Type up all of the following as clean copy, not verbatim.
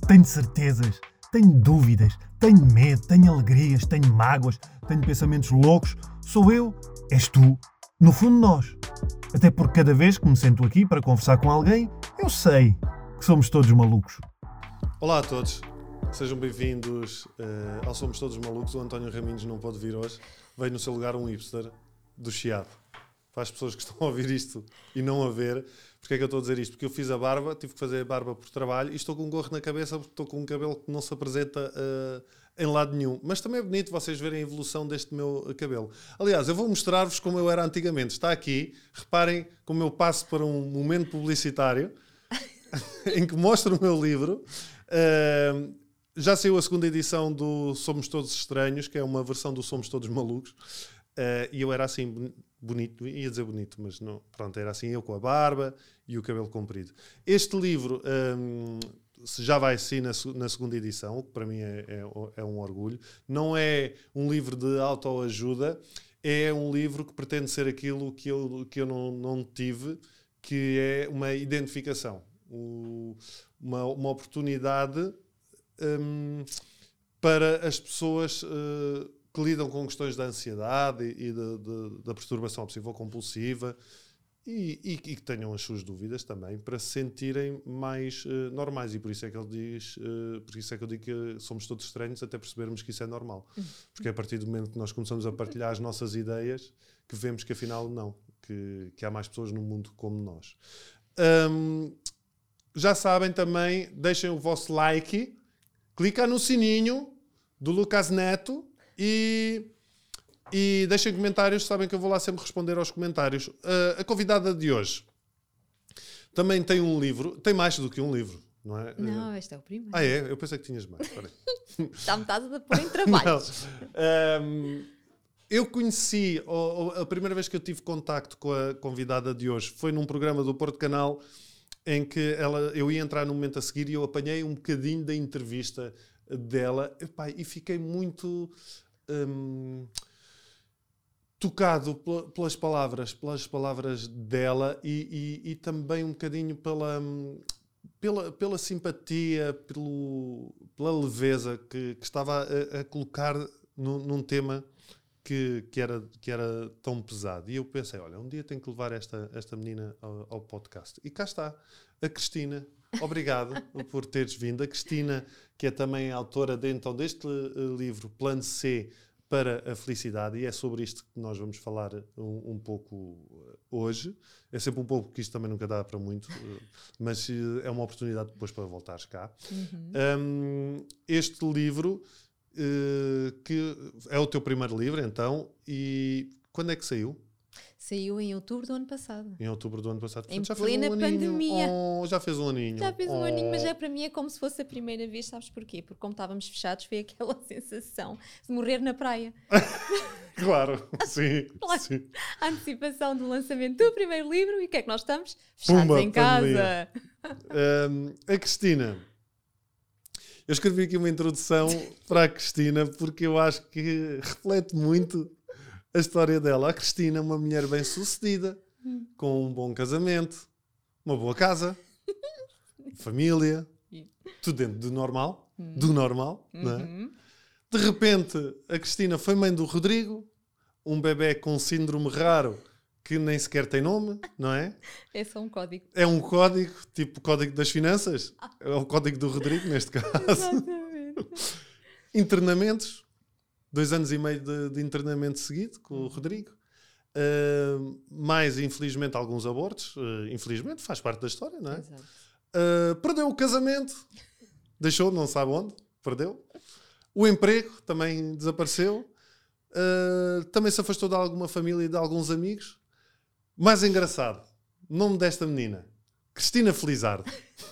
Tenho certezas, tenho dúvidas, tenho medo, tenho alegrias, tenho mágoas, tenho pensamentos loucos. Sou eu, és tu, no fundo nós. Até porque cada vez que me sento aqui para conversar com alguém, eu sei que somos todos malucos. Olá a todos, sejam bem-vindos ao Somos Todos Malucos. O António Raminhos não pode vir hoje, veio no seu lugar um hipster do Chiado. Para as pessoas que estão a ouvir isto e não a ver, porque é que eu estou a dizer isto? Porque eu fiz a barba, tive que fazer a barba por trabalho e estou com um gorro na cabeça porque estou com um cabelo que não se apresenta em lado nenhum. Mas também é bonito vocês verem a evolução deste meu cabelo. Aliás, eu vou mostrar-vos como eu era antigamente. Está aqui, reparem como eu passo para um momento publicitário em que mostro o meu livro. Já saiu a segunda edição do Somos Todos Estranhos, que é uma versão do Somos Todos Malucos. E eu era assim bonito, ia dizer bonito, mas não, pronto, era assim eu com a barba e o cabelo comprido. Este livro já vai sair na segunda edição, o que para mim é um orgulho. Não é um livro de autoajuda, é um livro que pretende ser aquilo que eu não tive, que é uma identificação, uma oportunidade para as pessoas que lidam com questões da ansiedade e da perturbação obsessivo-compulsiva e que tenham as suas dúvidas também, para se sentirem mais normais. E por isso é que ele diz, por isso é que eu digo que somos todos estranhos, até percebermos que isso é normal. Porque é a partir do momento que nós começamos a partilhar as nossas ideias que vemos que afinal não, que há mais pessoas no mundo como nós. Já sabem também, deixem o vosso like, clica no sininho do Lucas Neto e deixem comentários. Sabem que eu vou lá sempre responder aos comentários. A convidada de hoje também tem um livro. Tem mais do que um livro, não é? Não, este é o primeiro. Ah, é? Eu pensei que tinhas mais. Está metade a pôr em trabalho. Eu conheci, a primeira vez que eu tive contacto com a convidada de hoje foi num programa do Porto Canal, em que eu ia entrar no momento a seguir e eu apanhei um bocadinho da entrevista dela, e fiquei muito tocado pelas palavras dela e também um bocadinho pela simpatia, pela leveza que estava a colocar num tema que era tão pesado. E eu pensei, olha, um dia tenho que levar esta menina ao podcast. E cá está, a Cristina. Obrigado por teres vindo. A Cristina, que é também autora deste livro, Plano C para a Felicidade, e é sobre isto que nós vamos falar um pouco hoje. É sempre um pouco, porque isto também nunca dá para muito, mas é uma oportunidade depois para voltares cá. Este livro, que é o teu primeiro livro, então, e quando é que saiu? Saiu em outubro do ano passado. Em outubro do ano passado. Em já plena pandemia. Já fez um aninho. Já fez um aninho, mas para mim é como se fosse a primeira vez, sabes porquê? Porque como estávamos fechados, foi aquela sensação de morrer na praia. Claro, sim, Claro. sim. A antecipação do lançamento do primeiro livro, e o que é que nós estamos? Fechados Pumba, em casa. A Cristina. Eu escrevi aqui uma introdução para a Cristina porque eu acho que reflete muito a história dela. A Cristina é uma mulher bem-sucedida, com um bom casamento, uma boa casa, família, tudo dentro do normal, não é? De repente, a Cristina foi mãe do Rodrigo, um bebé com síndrome raro que nem sequer tem nome, não é? É só um código. É um código, tipo o código das finanças. É o código do Rodrigo, neste caso. Exatamente. Internamentos. 2 anos e meio de internamento seguido com o Rodrigo. Mais, infelizmente, alguns abortos. Infelizmente, faz parte da história, não é? Exato. Perdeu o casamento. Deixou, não sabe onde. Perdeu. O emprego também desapareceu. Também se afastou de alguma família e de alguns amigos. Mais engraçado, nome desta menina, Cristina Felizardo.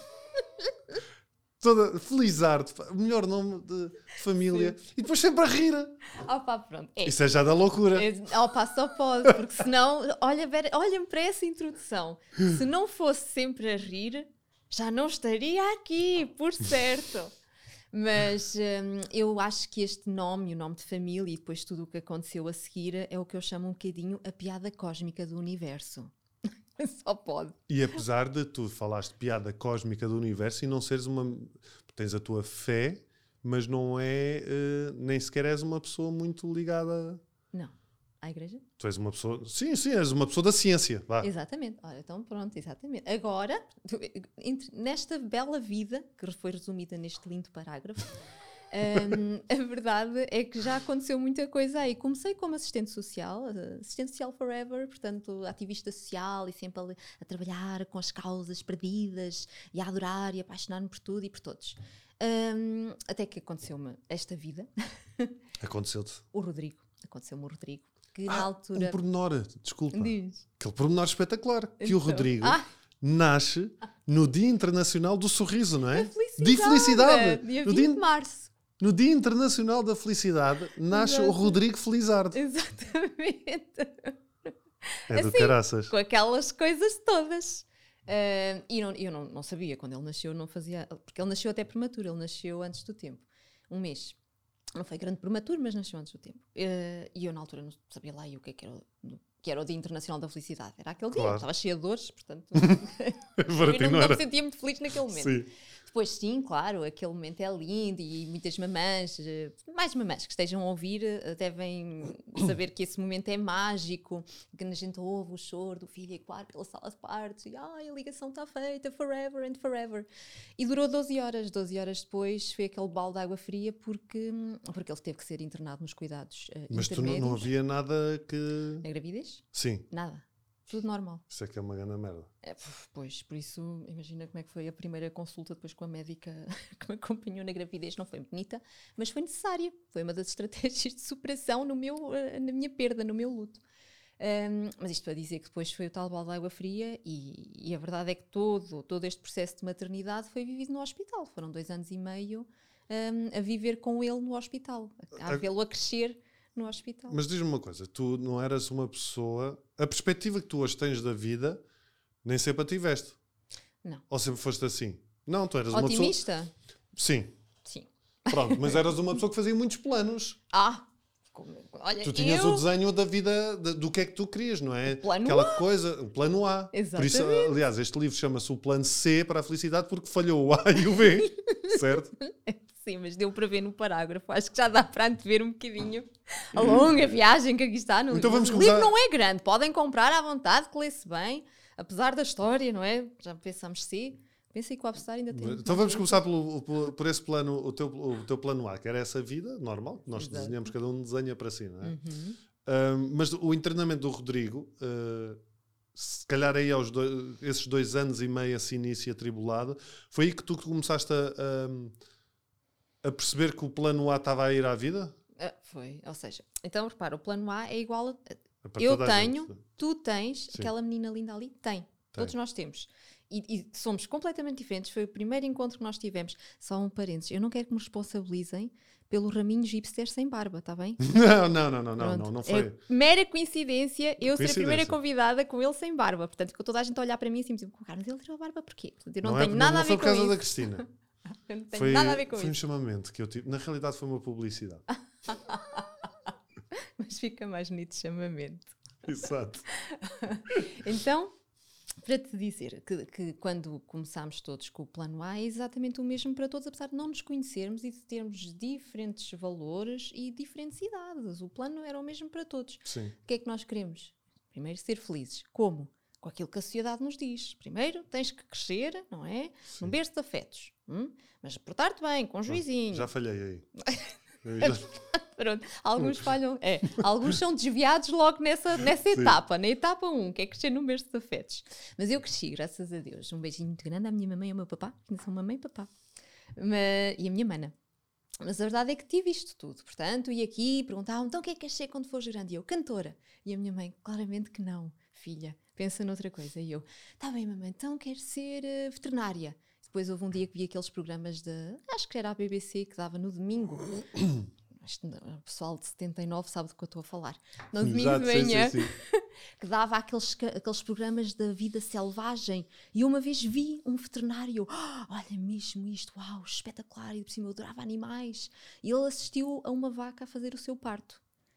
Toda Felizardo, o melhor nome de família. Sim. E depois sempre a rir. Opa, pronto. Isso é já da loucura. Opa, só pode, porque senão, olhem para essa introdução. Se não fosse sempre a rir, já não estaria aqui, por certo. Mas eu acho que este nome, o nome de família e depois tudo o que aconteceu a seguir, é o que eu chamo um bocadinho a piada cósmica do universo. Só pode. E apesar de tu falaste piada cósmica do universo e não seres uma... Tens a tua fé, mas não é... nem sequer és uma pessoa muito ligada... Não. À igreja? Tu és uma pessoa... Sim, és uma pessoa da ciência. Vá. Exatamente. Ora, então pronto, exatamente. Agora, nesta bela vida, que foi resumida neste lindo parágrafo, a verdade é que já aconteceu muita coisa aí. Comecei como assistente social forever, portanto, ativista social e sempre a trabalhar com as causas perdidas e a adorar e apaixonar-me por tudo e por todos. Até que aconteceu-me esta vida. Aconteceu-te. Aconteceu-me o Rodrigo. Que na altura... Um pormenor, desculpa. Diz. Aquele pormenor espetacular. Que Então. o Rodrigo nasce no Dia Internacional do Sorriso, não é? De felicidade. Dia No 20 de março. No Dia Internacional da Felicidade nasce o Rodrigo Felizardo. Exatamente. É do Assim, caraças. Com aquelas coisas todas. E eu não sabia, quando ele nasceu, não fazia... Porque ele nasceu até prematuro, ele nasceu antes do tempo. Um mês. Não foi grande prematuro, mas nasceu antes do tempo. E eu, na altura, não sabia lá o que era o Dia Internacional da Felicidade. Era aquele dia, Claro. estava cheia de dores, portanto... Para ti eu não não era. me sentia muito feliz naquele momento. Sim. Depois, sim, claro, aquele momento é lindo e muitas mamãs, mais mamãs que estejam a ouvir, devem saber que esse momento é mágico, que a gente ouve o choro do filho ecoar pela sala de partos e a ligação está feita, forever and forever. E durou 12 horas. 12 horas depois foi aquele balde de água fria porque ele teve que ser internado nos cuidados Mas tu intermédios. não havia nada que... Na gravidez? Sim. Nada. Tudo normal. Isso é que é uma grande merda. Pois, por isso, imagina como é que foi a primeira consulta depois com a médica que me acompanhou na gravidez. Não foi bonita, mas foi necessária. Foi uma das estratégias de superação na minha perda, no meu luto. Mas isto para dizer que depois foi o tal balde de água fria e a verdade é que todo este processo de maternidade foi vivido no hospital. Foram 2 anos e meio a viver com ele no hospital, a vê-lo a crescer no hospital. Mas diz-me uma coisa, tu não eras uma pessoa... A perspectiva que tu hoje tens da vida, nem sempre a tiveste. Não. Ou sempre foste assim? Não, tu eras uma pessoa... Otimista? Sim. Sim. Pronto, mas eras uma pessoa que fazia muitos planos. Olha, Tu tinhas o desenho da vida, do que é que tu querias, não é? Plano Aquela A. coisa, o plano A. Exatamente. Por isso, aliás, este livro chama-se o plano C para a felicidade porque falhou o A e o B, certo? Sim, mas deu para ver no parágrafo. Acho que já dá para antever um bocadinho a longa viagem que aqui está no Então livro. vamos O começar... livro não é grande, podem comprar à vontade, que lê-se bem, apesar da história, não é? Já pensamos se. Pensei que o Abstar ainda tem. Então vamos começar por esse plano, o teu plano A, que era essa vida normal, que nós Exato. desenhamos, cada um desenha para si, não é? Uhum. Mas o internamento do Rodrigo, se calhar aí esses 2 anos e meio assim início atribulado, foi aí que tu começaste a perceber que o plano A estava a ir à vida? Foi, ou seja, então repara, o plano A é igual a... Para Eu toda a tenho, gente. tu tens, Sim. aquela menina linda ali tem. Todos nós temos. E somos completamente diferentes. Foi o primeiro encontro que nós tivemos. Só um parênteses. Eu não quero que me responsabilizem pelo raminho hipster sem barba, está bem? Não foi. É mera coincidência eu ser a primeira Coincidência. convidada com ele sem barba. Portanto, com toda a gente a olhar para mim assim, mas ele tirou a barba porquê? Portanto, eu não tenho nada a ver foi com por causa isso. da Cristina. Eu não tenho nada a ver com Foi um isso. chamamento que eu tive. Na realidade foi uma publicidade. Mas fica mais bonito chamamento. Exato. Então, para te dizer que quando começámos todos com o plano A é exatamente o mesmo para todos, apesar de não nos conhecermos e de termos diferentes valores e diferentes idades. O plano era o mesmo para todos. Sim. O que é que nós queremos? Primeiro, ser felizes. Como? Com aquilo que a sociedade nos diz. Primeiro, tens que crescer, não é? Num berço de afetos. Mas portar-te bem, com juizinho. Já falhei aí. Pronto, alguns falham. Alguns são desviados logo nessa etapa. Na etapa 1, que é crescer num berço de afetos. Mas eu cresci, graças a Deus. Um beijinho muito grande à minha mamãe e ao meu papá, que ainda são mamãe e papá. E a minha mana. Mas a verdade é que tive isto tudo. Portanto, e aqui perguntavam, então o que é que queres ser quando fores grande? E eu, cantora. E a minha mãe, claramente que não, filha. Pensa noutra coisa. E eu, tá bem mamãe, então quero ser veterinária. Depois houve um dia que vi aqueles programas acho que era a BBC, que dava no domingo. O pessoal de 79 sabe do que eu estou a falar. No domingo de manhã, que dava aqueles programas da vida selvagem. E eu uma vez vi um veterinário, olha mesmo isto, uau, espetacular. E por cima eu adorava animais. E ele assistiu a uma vaca a fazer o seu parto.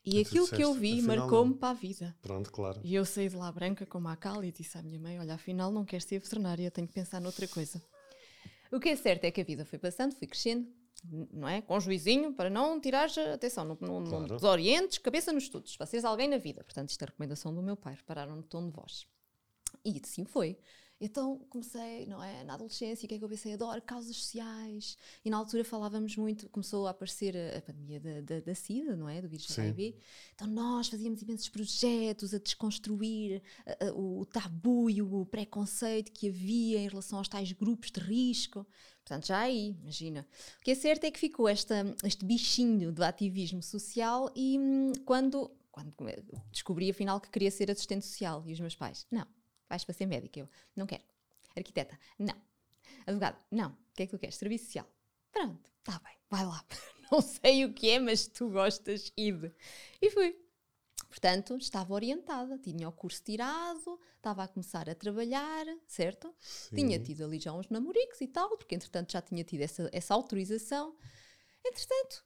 E tu aquilo que eu disseste, vi afinal, marcou-me não. para a vida. Pronto, claro. E eu saí de lá branca como a cal e disse à minha mãe, olha, afinal não quero ser veterinária, tenho que pensar noutra coisa. O que é certo é que a vida foi passando, fui crescendo, não é? Com juizinho, para não tirares, atenção, não Claro. desorientes, cabeça nos estudos, para seres alguém na vida. Portanto, isto é a recomendação do meu pai, repararam no tom de voz. E assim foi. Então comecei, não é, na adolescência, o que é que eu pensei? Adoro causas sociais. E na altura falávamos muito, começou a aparecer a pandemia da SIDA, não é? Do vírus Sim. HIV. Então nós fazíamos imensos projetos a desconstruir o tabu e o preconceito que havia em relação aos tais grupos de risco. Portanto, já aí, imagina. O que é certo é que ficou este bichinho do ativismo social e quando descobri afinal que queria ser assistente social e os meus pais, não. Vais para ser médica? Eu, não quero. Arquiteta? Não. Advogado? Não. O que é que tu queres? Serviço social? Pronto, está bem, vai lá. Não sei o que é, mas tu gostas, ide. E fui. Portanto, estava orientada, tinha o curso tirado, estava a começar a trabalhar, certo? Sim. Tinha tido ali já uns namoricos e tal, porque entretanto já tinha tido essa autorização. Entretanto,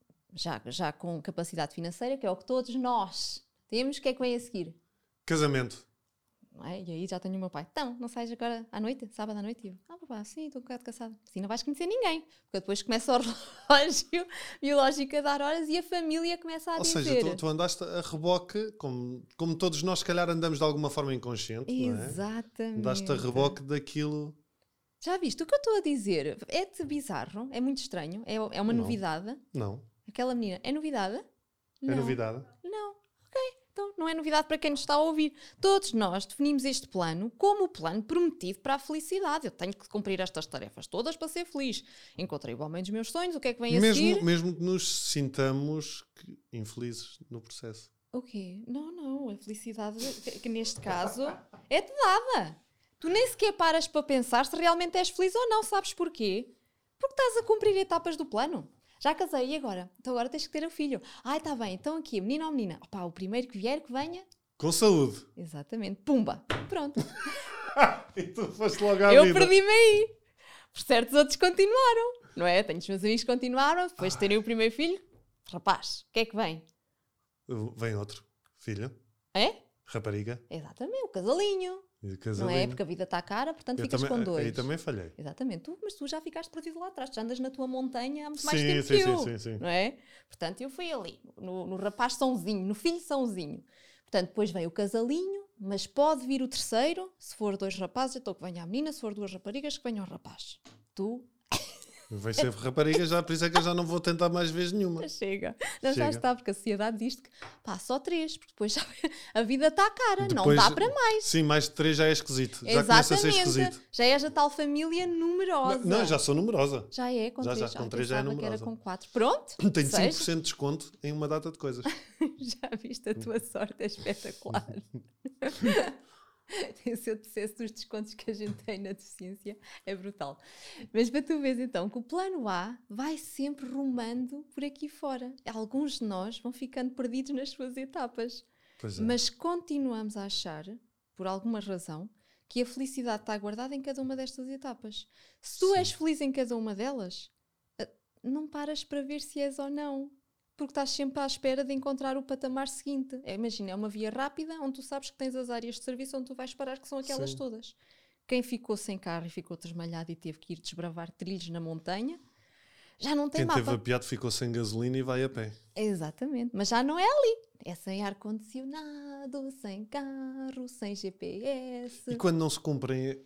já com capacidade financeira, que é o que todos nós temos, o que é que vem a seguir? Casamento. Não é? E aí já tenho o meu pai. Então, não sais agora à noite? Sábado à noite? E eu, papá, sim, estou um bocado cansada. Assim não vais conhecer ninguém. Porque depois começa o relógio biológico a dar horas e a família começa a Ou dizer. seja, tu andaste a reboque, como todos nós, se calhar, andamos de alguma forma inconsciente, não é? Exatamente. Andaste a reboque daquilo. Já viste? O que eu estou a dizer é-te bizarro, é muito estranho, é uma Não. novidade. Não. Aquela menina, é novidade? É novidade. Não. Ok. Então não é novidade para quem nos está a ouvir. Todos nós definimos este plano como o plano prometido para a felicidade. Eu tenho que cumprir estas tarefas todas para ser feliz. Encontrei o homem dos meus sonhos, o que é que vem a seguir? Mesmo que nos sintamos infelizes no processo. O quê? Não. A felicidade, que neste caso, é-te dada. Tu nem sequer paras para pensar se realmente és feliz ou não. Sabes porquê? Porque estás a cumprir etapas do plano. Já casei, e agora? Então agora tens que ter o filho. Ai, está bem, então aqui, menino ou menina? Opá, o primeiro que vier, que venha. Com saúde. Exatamente. Pumba. Pronto. E tu foste logo à Eu vida. perdi-me aí. Por certos outros continuaram. Não é? Tenho os meus amigos que continuaram. Depois de terem o primeiro filho. Rapaz, o que é que vem? Vem outro. Filho. É? Rapariga. Exatamente, o casalinho. E Não casalinho. é? Porque a vida está cara, portanto Eu ficas também, com dois. aí também falhei. Exatamente. Mas tu já ficaste perdido lá atrás. Tu já andas na tua montanha há muito mais Sim, tempo sim, que eu. sim. Não é? Portanto, eu fui ali, no rapaz sãozinho, no filho sãozinho. Portanto, depois vem o casalinho, mas pode vir o terceiro. Se for 2 rapazes, então que venha a menina. Se for 2 raparigas, que venha o rapaz. Tu... Vai ser rapariga já, por isso é que eu já não vou tentar mais vezes nenhuma. Chega. Não, já Chega. está, porque a sociedade diz que pá, só 3, porque depois já, a vida está cara, não Depois- dá para mais. Sim, mais de 3 já é esquisito. Já começa a ser esquisito. Já és a tal família numerosa. Não, já sou numerosa. Já é, com Já, 3. com três já é que era numerosa. com 4. Pronto. Tenho seja. 5% de desconto em uma data de coisas. Já viste, a tua sorte é espetacular. Se eu dissesse dos descontos que a gente tem na deficiência, é brutal. Mas para tu veres então que o plano A vai sempre rumando por aqui fora. Alguns de nós vão ficando perdidos nas suas etapas. Pois é. Mas continuamos a achar, por alguma razão, que a felicidade está guardada em cada uma destas etapas. Se tu és feliz em cada uma delas, não paras para ver se és ou não. Porque estás sempre à espera de encontrar o patamar seguinte. Imagina, é uma via rápida onde tu sabes que tens as áreas de serviço onde tu vais parar, que são aquelas Sim. todas. Quem ficou sem carro e ficou desmalhado e teve que ir desbravar trilhos na montanha, já não tem Quem mapa. teve a piada ficou sem gasolina e vai a pé. Exatamente, mas já não é ali. É sem ar-condicionado, sem carro, sem GPS. E quando não se cumprem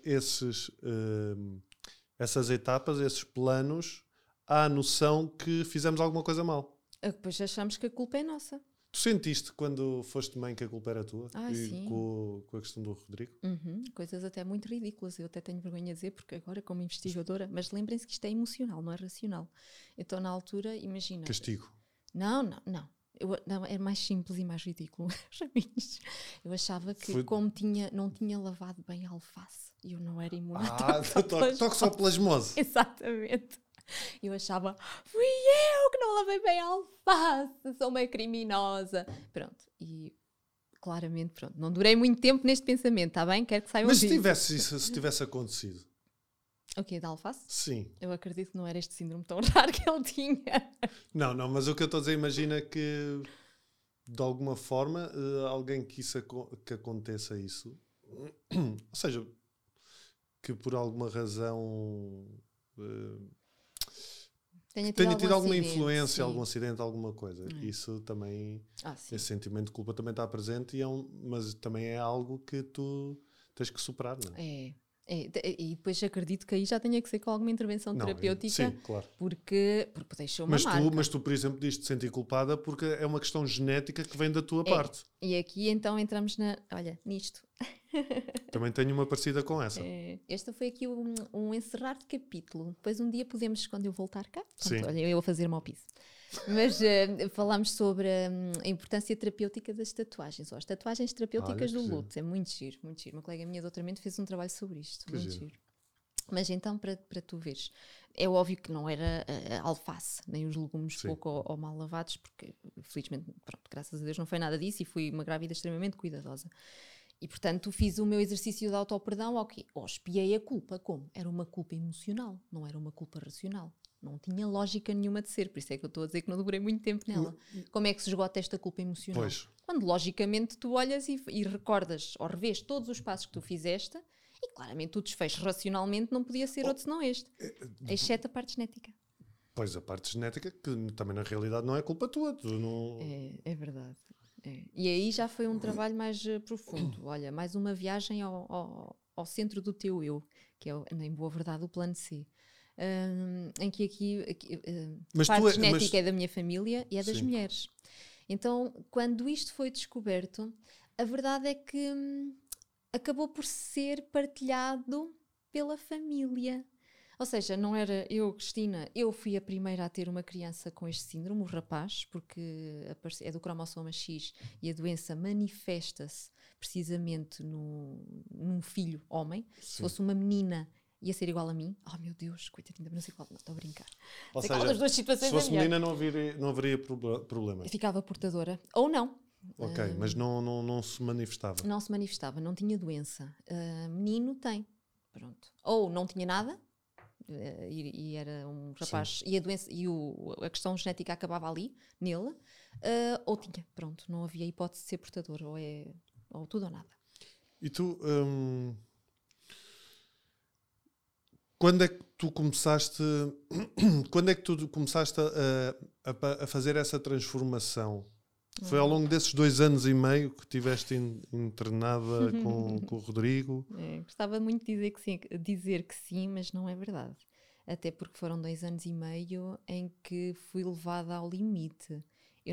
essas etapas, esses planos, há a noção que fizemos alguma coisa mal. Depois achamos que a culpa é nossa. Tu sentiste quando foste mãe que a culpa era tua? Sim. Com a questão do Rodrigo? Coisas até muito ridículas. Eu até tenho vergonha de dizer, porque agora como investigadora, mas lembrem-se que isto é emocional, não é racional. Então na altura, imagina... Castigo. Não. Não, é mais simples e mais ridículo. Eu achava que Foi- como não tinha lavado bem a alface, eu não era imune a Toque só plasmose. Exatamente. Eu achava, fui eu que não lavei bem a alface, sou uma criminosa. Pronto, e claramente, pronto, não durei muito tempo neste pensamento, está bem? Quero que saiam Mas se disso. tivesse acontecido, O quê, da alface? sim. Eu acredito que não era este síndrome tão raro que ele tinha. Não, mas o que eu estou a dizer, imagina que de alguma forma, alguém que aconteça isso, ou seja, que por alguma razão tenha tido alguma influência, sim. algum acidente, alguma coisa. Isso também, esse sentimento de culpa também está presente, mas também é algo que tu tens que superar, não é? E depois acredito que aí já tenha que ser com alguma intervenção terapêutica. Sim, claro. Porque deixou uma marca. Mas tu, por exemplo, dizes-te sentir culpada porque é uma questão genética que vem da tua parte. E aqui então entramos nisto. Também tenho uma parecida com essa. Esta foi aqui um encerrar de capítulo. Depois um dia podemos, quando eu voltar cá, eu vou fazer uma piso. Mas falámos sobre a importância terapêutica das tatuagens, ou as tatuagens terapêuticas do luto. É muito giro, muito giro. Uma colega minha de doutoramento fez um trabalho sobre isto. Muito giro. Mas então, para tu veres, é óbvio que não era a alface, nem os legumes pouco ou mal lavados, porque felizmente, pronto, graças a Deus não foi nada disso e fui uma grávida extremamente cuidadosa. E portanto fiz o meu exercício de autoperdão, expiei a culpa. Como? Era uma culpa emocional, não era uma culpa racional. Não tinha lógica nenhuma de ser, por isso é que eu estou a dizer que não demorei muito tempo nela. Como é que se esgota esta culpa emocional? Pois. Quando logicamente tu olhas e recordas ou revês todos os passos que tu fizeste e claramente o desfecho racionalmente não podia ser outro senão este, exceto a parte genética. Pois, a parte genética que também na realidade não é culpa tua. Tu não... É verdade. E aí já foi um trabalho mais profundo. Olha, mais uma viagem ao centro do teu eu, que é, em boa verdade, o plano C. Em que aqui a parte genética é da minha família e é das mulheres. Então, quando isto foi descoberto, a verdade é que acabou por ser partilhado pela família. Ou seja, não era eu, Cristina, eu fui a primeira a ter uma criança com este síndrome, o rapaz, porque é do cromossoma X e a doença manifesta-se precisamente num filho homem. Se fosse uma menina, ia ser igual a mim. Oh meu Deus, coitadinha, não sei qual, não estou a brincar. Ou seja, das duas situações se fosse menina não haveria problema. Ficava portadora, ou não. Ok, mas não se manifestava. Não se manifestava, não tinha doença. Menino tem, pronto. Ou não tinha nada, e era um rapaz, e a doença e a questão genética acabava ali, nele, ou tinha, pronto, não havia hipótese de ser portador, ou tudo ou nada. E tu, quando é que tu começaste a fazer essa transformação? Foi ao longo desses 2 anos e meio que estiveste internada com o Rodrigo? Gostava muito de dizer que sim, mas não é verdade. Até porque foram 2 anos e meio em que fui levada ao limite.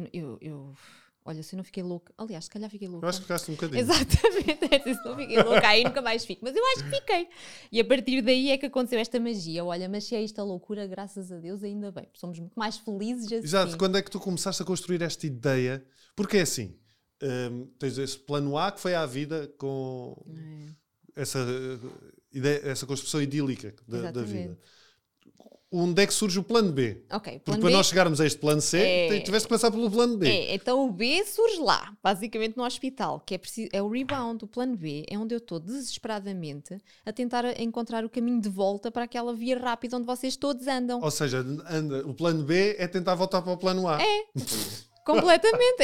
Olha, se eu não fiquei louca... Aliás, se calhar fiquei louca. Eu acho que ficaste um bocadinho. Exatamente. Se não fiquei louca, aí nunca mais fico. Mas eu acho que fiquei. E a partir daí é que aconteceu esta magia. Olha, mas se é esta loucura, graças a Deus, ainda bem. Somos muito mais felizes assim. Exato. Quando é que tu começaste a construir esta ideia? Porque é assim, tens esse plano A que foi à vida com essa ideia, essa construção idílica da vida. Onde é que surge o plano B? Okay, porque para nós chegarmos a este plano C, tiveste que passar pelo plano B. Então o B surge lá, basicamente no hospital, que é o rebound. O plano B é onde eu estou desesperadamente a tentar encontrar o caminho de volta para aquela via rápida onde vocês todos andam. Ou seja, o plano B é tentar voltar para o plano A. Completamente.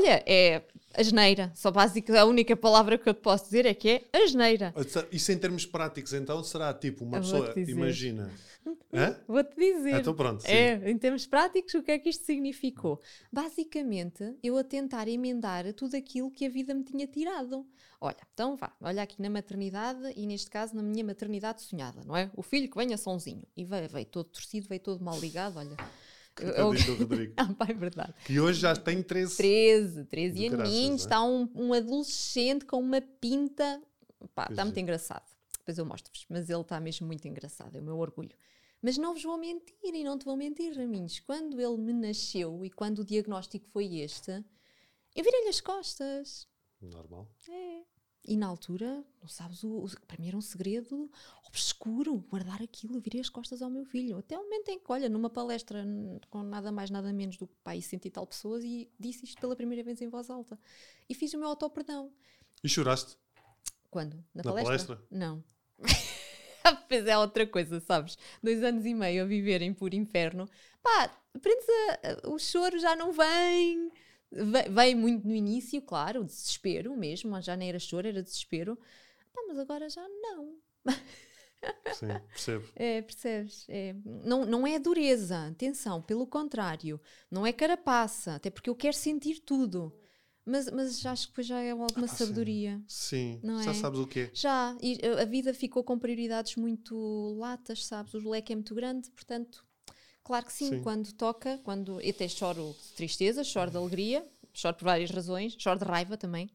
É asneira. Só básico, a única palavra que eu te posso dizer é que é asneira. Isso em termos práticos, então, será tipo uma pessoa, imagina... Vou-te dizer. Então pronto, sim. Em termos práticos, o que é que isto significou? Basicamente, eu a tentar emendar tudo aquilo que a vida me tinha tirado. Olha, então olha aqui na maternidade e neste caso na minha maternidade sonhada, não é? O filho que vem a sonzinho e veio todo torcido, veio todo mal ligado, olha... Do Rodrigo. É verdade. Que hoje já tem 13 aninhos, está um adolescente com uma pinta... Está muito engraçado. Depois eu mostro-vos, mas ele está mesmo muito engraçado, é o meu orgulho. Mas não vos vou mentir e não te vou mentir, Raminhos. Quando ele me nasceu e quando o diagnóstico foi este, eu virei-lhe as costas. Normal. E na altura, não sabes, para mim era um segredo obscuro guardar aquilo. Eu virei as costas ao meu filho. Até o momento em que, olha, numa palestra com nada mais, nada menos do que 100 e tal pessoas e disse isto pela primeira vez em voz alta. E fiz o meu autoperdão. E choraste? Quando? Na palestra? Não. Pois é outra coisa, sabes? 2 anos e meio a viver em puro inferno. Aprendes o choro já não vem, Veio muito no início, claro, o desespero mesmo, já nem era choro, era desespero. Pá, mas agora já não. Sim, percebo. Percebes? Não é dureza, atenção, pelo contrário, não é carapaça, até porque eu quero sentir tudo. Mas acho que depois já é alguma sabedoria. Sim, não já é? sabes o quê? Já, e a vida ficou com prioridades muito latas, sabes? O leque é muito grande, portanto, claro que sim. Quando toca, eu até choro de tristeza, choro de alegria, choro por várias razões, choro de raiva também.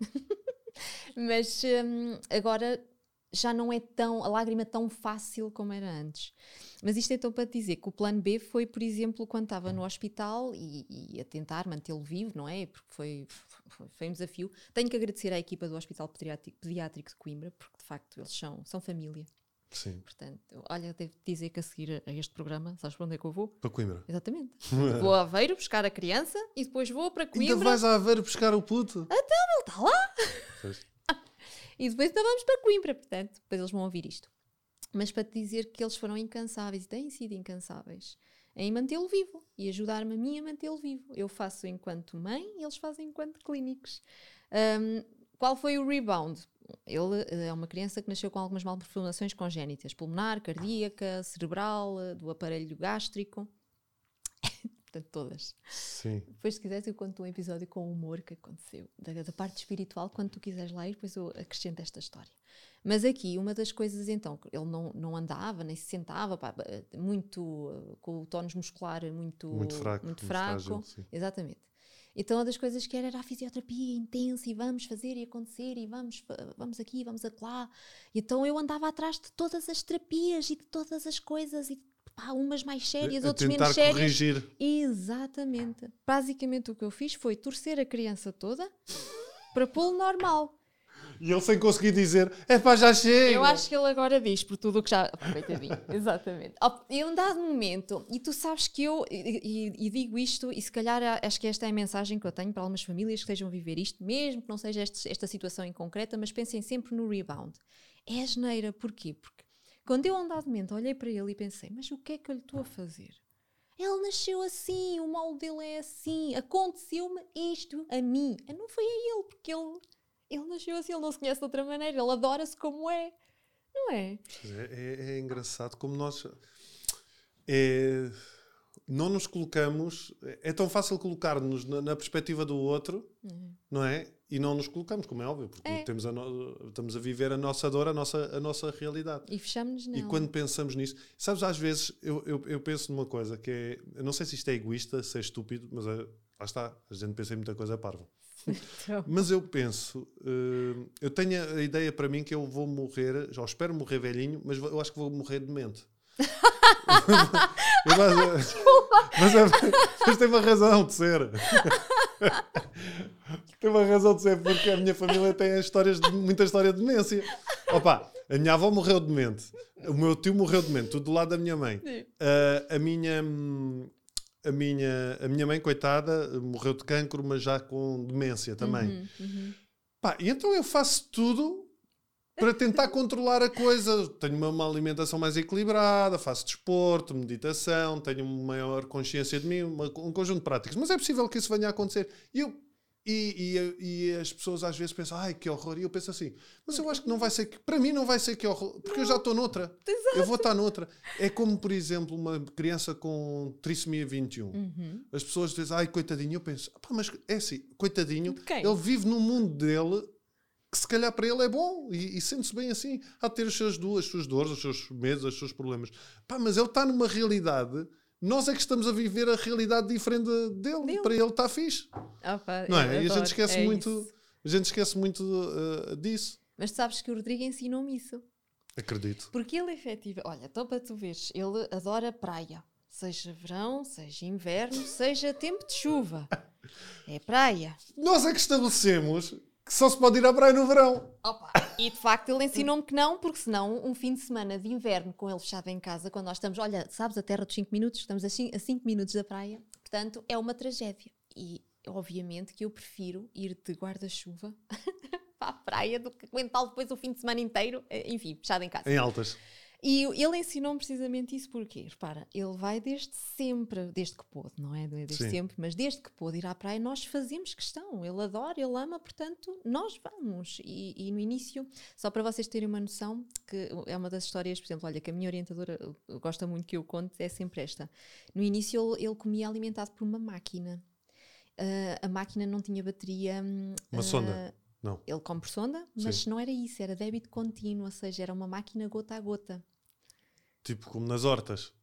Mas agora já não é a lágrima tão fácil como era antes. Mas isto é então para te dizer que o plano B foi, por exemplo, quando estava no hospital e a tentar mantê-lo vivo, não é? Porque foi um desafio. Tenho que agradecer à equipa do Hospital Pediátrico de Coimbra, porque de facto eles são família. Sim. Portanto, olha, devo dizer que a seguir a este programa, sabes para onde é que eu vou? Para Coimbra. Exatamente. Vou a Aveiro buscar a criança e depois vou para Coimbra. Ainda vais a Aveiro buscar o puto? Então, ele está lá. Pois. E depois ainda vamos para Coimbra, portanto, depois eles vão ouvir isto. Mas para te dizer que eles foram incansáveis e têm sido incansáveis em mantê-lo vivo e ajudar-me a mim a mantê-lo vivo. Eu faço enquanto mãe e eles fazem enquanto clínicos. Qual foi o rebound? Ele é uma criança que nasceu com algumas malformações congénitas, pulmonar, cardíaca, cerebral, do aparelho gástrico. Portanto, todas. Sim. Depois, se quiseres, eu conto um episódio com o humor que aconteceu. Da parte espiritual, quando tu quiseres lá ir, depois eu acrescento esta história. Mas aqui, uma das coisas, então, ele não andava, nem se sentava, muito, com o tónus muscular muito fraco. Frágil, exatamente. Então, uma das coisas que era a fisioterapia intensa, e vamos fazer e acontecer, e vamos aqui, vamos acolá. E então eu andava atrás de todas as terapias e de todas as coisas, e umas mais sérias, outras menos sérias. Corrigir. Exatamente. Basicamente o que eu fiz foi torcer a criança toda para pô-lo normal. E ele sem conseguir dizer, já chega. Eu acho que ele agora diz por tudo o que já... Coitadinho. Exatamente. Em um dado momento, e tu sabes que eu, e digo isto, e se calhar acho que esta é a mensagem que eu tenho para algumas famílias que estejam a viver isto, mesmo que não seja esta situação em concreta, mas pensem sempre no rebound. É a geneira. Porquê? Porque quando eu, a um dado momento, olhei para ele e pensei, mas o que é que eu lhe estou a fazer? Ele nasceu assim, o molde dele é assim, aconteceu-me isto a mim. Não foi a ele, porque ele nasceu assim, ele não se conhece de outra maneira, ele adora-se como é, não é? É engraçado como nós não nos colocamos, é tão fácil colocar-nos na perspectiva do outro, não é? E não nos colocamos, como é óbvio, porque estamos a viver a nossa dor, a nossa realidade. E fechamos-nos nela. E quando pensamos nisso, sabes, às vezes eu penso numa coisa que é, eu não sei se isto é egoísta, se é estúpido, mas lá está, a gente pensa em muita coisa parva. Então. Mas eu penso, eu tenho a ideia para mim que eu vou morrer, já espero morrer velhinho, mas eu acho que vou morrer demente. mas tem uma razão de ser. Tem uma razão de ser, porque a minha família tem muita história de demência. Opa, a minha avó morreu demente, o meu tio morreu demente, tudo do lado da minha mãe. A minha mãe, coitada, morreu de cancro, mas já com demência também. E então eu faço tudo para tentar controlar a coisa. Tenho uma alimentação mais equilibrada, faço desporto, meditação, tenho uma maior consciência de mim, um conjunto de práticas. Mas é possível que isso venha a acontecer. E as pessoas às vezes pensam, ai, que horror. E eu penso assim, mas eu acho que não vai ser, para mim não vai ser que horror, porque eu já estou noutra. Exato. Eu vou estar noutra. É como, por exemplo, uma criança com trissomia 21. As pessoas dizem, ai, coitadinho. Eu penso, mas é assim, coitadinho, ele vive no mundo dele, que se calhar para ele é bom e sente-se bem assim. Há de ter as suas dores, os seus medos, os seus problemas. Mas ele está numa realidade... Nós é que estamos a viver a realidade diferente dele. Para ele está fixe. Não é? E a gente esquece muito disso. Mas tu sabes que o Rodrigo ensinou-me isso. Acredito. Porque ele efetivamente... Olha, então para tu veres, ele adora praia. Seja verão, seja inverno, seja tempo de chuva. É praia. Nós é que estabelecemos que só se pode ir à praia no verão. E de facto ele ensinou-me que não, porque senão um fim de semana de inverno com ele fechado em casa, quando nós estamos, olha, sabes, a terra dos 5 minutos, estamos a 5 minutos da praia, portanto é uma tragédia. E obviamente que eu prefiro ir de guarda-chuva para a praia do que aguentá-lo depois o fim de semana inteiro, enfim, fechado em casa. Em altas. E ele ensinou-me precisamente isso porque, repara, ele vai desde sempre, desde que pôde, não é? Desde Sim. sempre, mas desde que pôde ir à praia, nós fazemos questão. Ele adora, ele ama, portanto, nós vamos. E no início, só para vocês terem uma noção, que é uma das histórias, por exemplo, olha, que a minha orientadora gosta muito que eu conte, é sempre esta. No início, ele comia alimentado por uma máquina. A máquina não tinha bateria. Uma sonda? Não. Ele come por sonda, mas Sim. não era isso, era débito contínuo, ou seja, era uma máquina gota a gota. Tipo como nas hortas.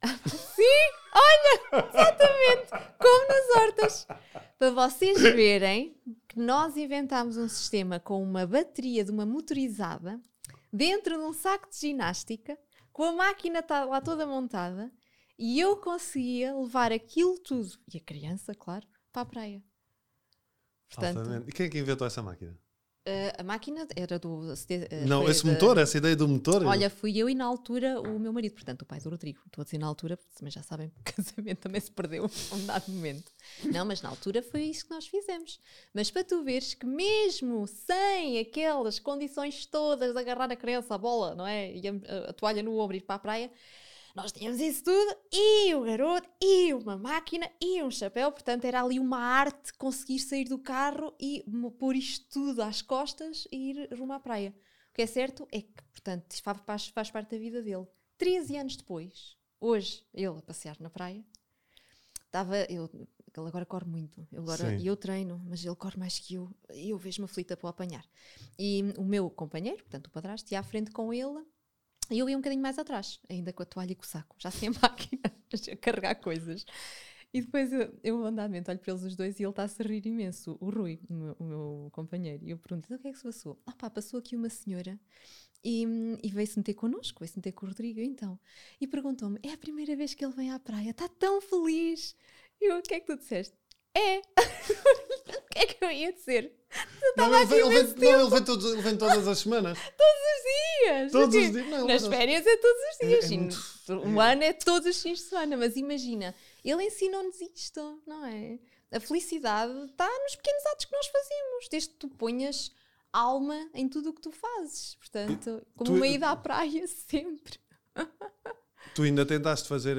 Como nas hortas. Para vocês verem que nós inventámos um sistema com uma bateria de uma motorizada dentro de um saco de ginástica, com a máquina lá toda montada, e eu conseguia levar aquilo tudo, e a criança, claro, para a praia. Portanto, Altamente. E quem é que inventou essa máquina? a máquina era do... Não, foi esse motor, essa ideia do motor. Olha, fui eu e na altura o meu marido, portanto o pai do Rodrigo. Estou a dizer na altura, mas já sabem, o casamento também se perdeu a um dado momento. Não, mas na altura foi isso que nós fizemos. Mas para tu veres que mesmo sem aquelas condições todas de agarrar a criança, a bola, não é? E a toalha no ombro e ir para a praia, nós tínhamos isso tudo, e o garoto, e uma máquina, e um chapéu. Portanto, era ali uma arte conseguir sair do carro e pôr isto tudo às costas e ir rumo à praia. O que é certo é que, portanto, isto faz parte da vida dele. 13 anos depois, hoje, ele a passear na praia, ele agora corre muito, e eu treino, mas ele corre mais que eu, e eu vejo-me aflita para o apanhar. E o meu companheiro, portanto o padrasto, ia à frente com ele, e eu ia um bocadinho mais atrás, ainda com a toalha e com o saco, já sem a máquina, a carregar coisas. E depois eu andamento olho para eles os dois e ele está-se a rir imenso, o Rui, o meu companheiro. E eu pergunto, o que é que se passou? Passou aqui uma senhora e veio-se meter connosco, veio-se meter com o Rodrigo, então. E perguntou-me, é a primeira vez que ele vem à praia, está tão feliz. E eu, o que é que tu disseste? É. O que é que eu ia dizer? Ele vem todas as semanas. Dias. Todos os dias. Não, nas férias é todos os dias. muito... ano é todos os fins de semana. Mas imagina, ele ensinou-nos isto, não é? A felicidade está nos pequenos atos que nós fazemos. Desde que tu ponhas alma em tudo o que tu fazes. Portanto, como uma ida à praia sempre. Tu ainda tentaste fazer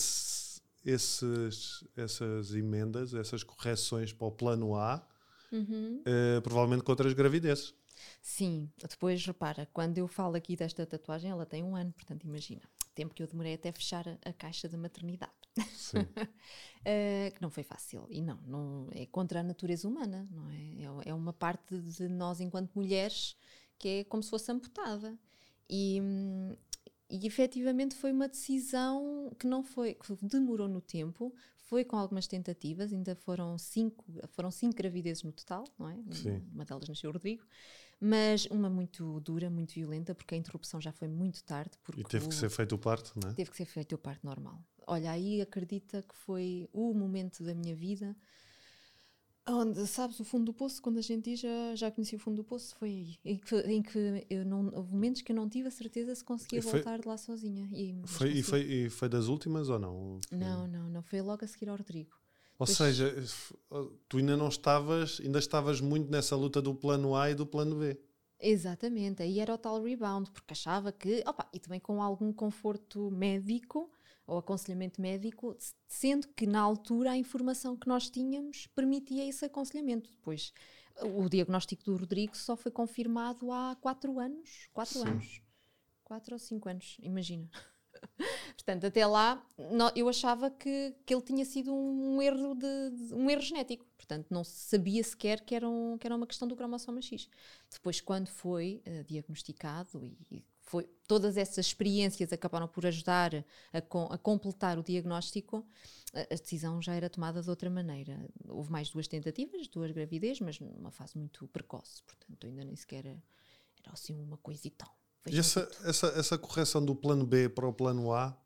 essas emendas, essas correções para o plano A, provavelmente com outras gravidezes. Sim, depois repara, quando eu falo aqui desta tatuagem, ela tem 1 ano, portanto imagina, o tempo que eu demorei até fechar a caixa da maternidade. Sim. Que não foi fácil, e não é contra a natureza humana, não é? É uma parte de nós enquanto mulheres que é como se fosse amputada. E efetivamente foi uma decisão que que demorou no tempo, foi com algumas tentativas, ainda foram 5 gravidezes no total, não é? Sim. Uma delas nasceu o Rodrigo, mas uma muito dura, muito violenta, porque a interrupção já foi muito tarde. E teve que ser feito o parto, não é? Teve que ser feito o parto normal. Olha, aí acredita que foi o momento da minha vida onde, sabes, o fundo do poço, quando a gente diz já conheci o fundo do poço, foi aí. Em que houve momentos que eu não tive a certeza se conseguia voltar de lá sozinha. E foi das últimas ou não? Não. Foi logo a seguir ao Rodrigo. Ou seja, tu ainda estavas muito nessa luta do plano A e do plano B. Exatamente, aí era o tal rebound, porque achava que, e também com algum conforto médico ou aconselhamento médico, sendo que na altura a informação que nós tínhamos permitia esse aconselhamento. Depois, o diagnóstico do Rodrigo só foi confirmado há 4 anos. 4 anos. 4 ou 5 anos, imagina. Portanto, até lá, eu achava que ele tinha sido um erro genético. Portanto, não se sabia sequer que era uma questão do cromossoma X. Depois, quando foi diagnosticado e todas essas experiências acabaram por ajudar a completar o diagnóstico, a decisão já era tomada de outra maneira. Houve mais 2 tentativas, 2 gravidez, mas numa fase muito precoce. Portanto, ainda nem sequer era assim uma coisa e tal. E essa correção do plano B para o plano A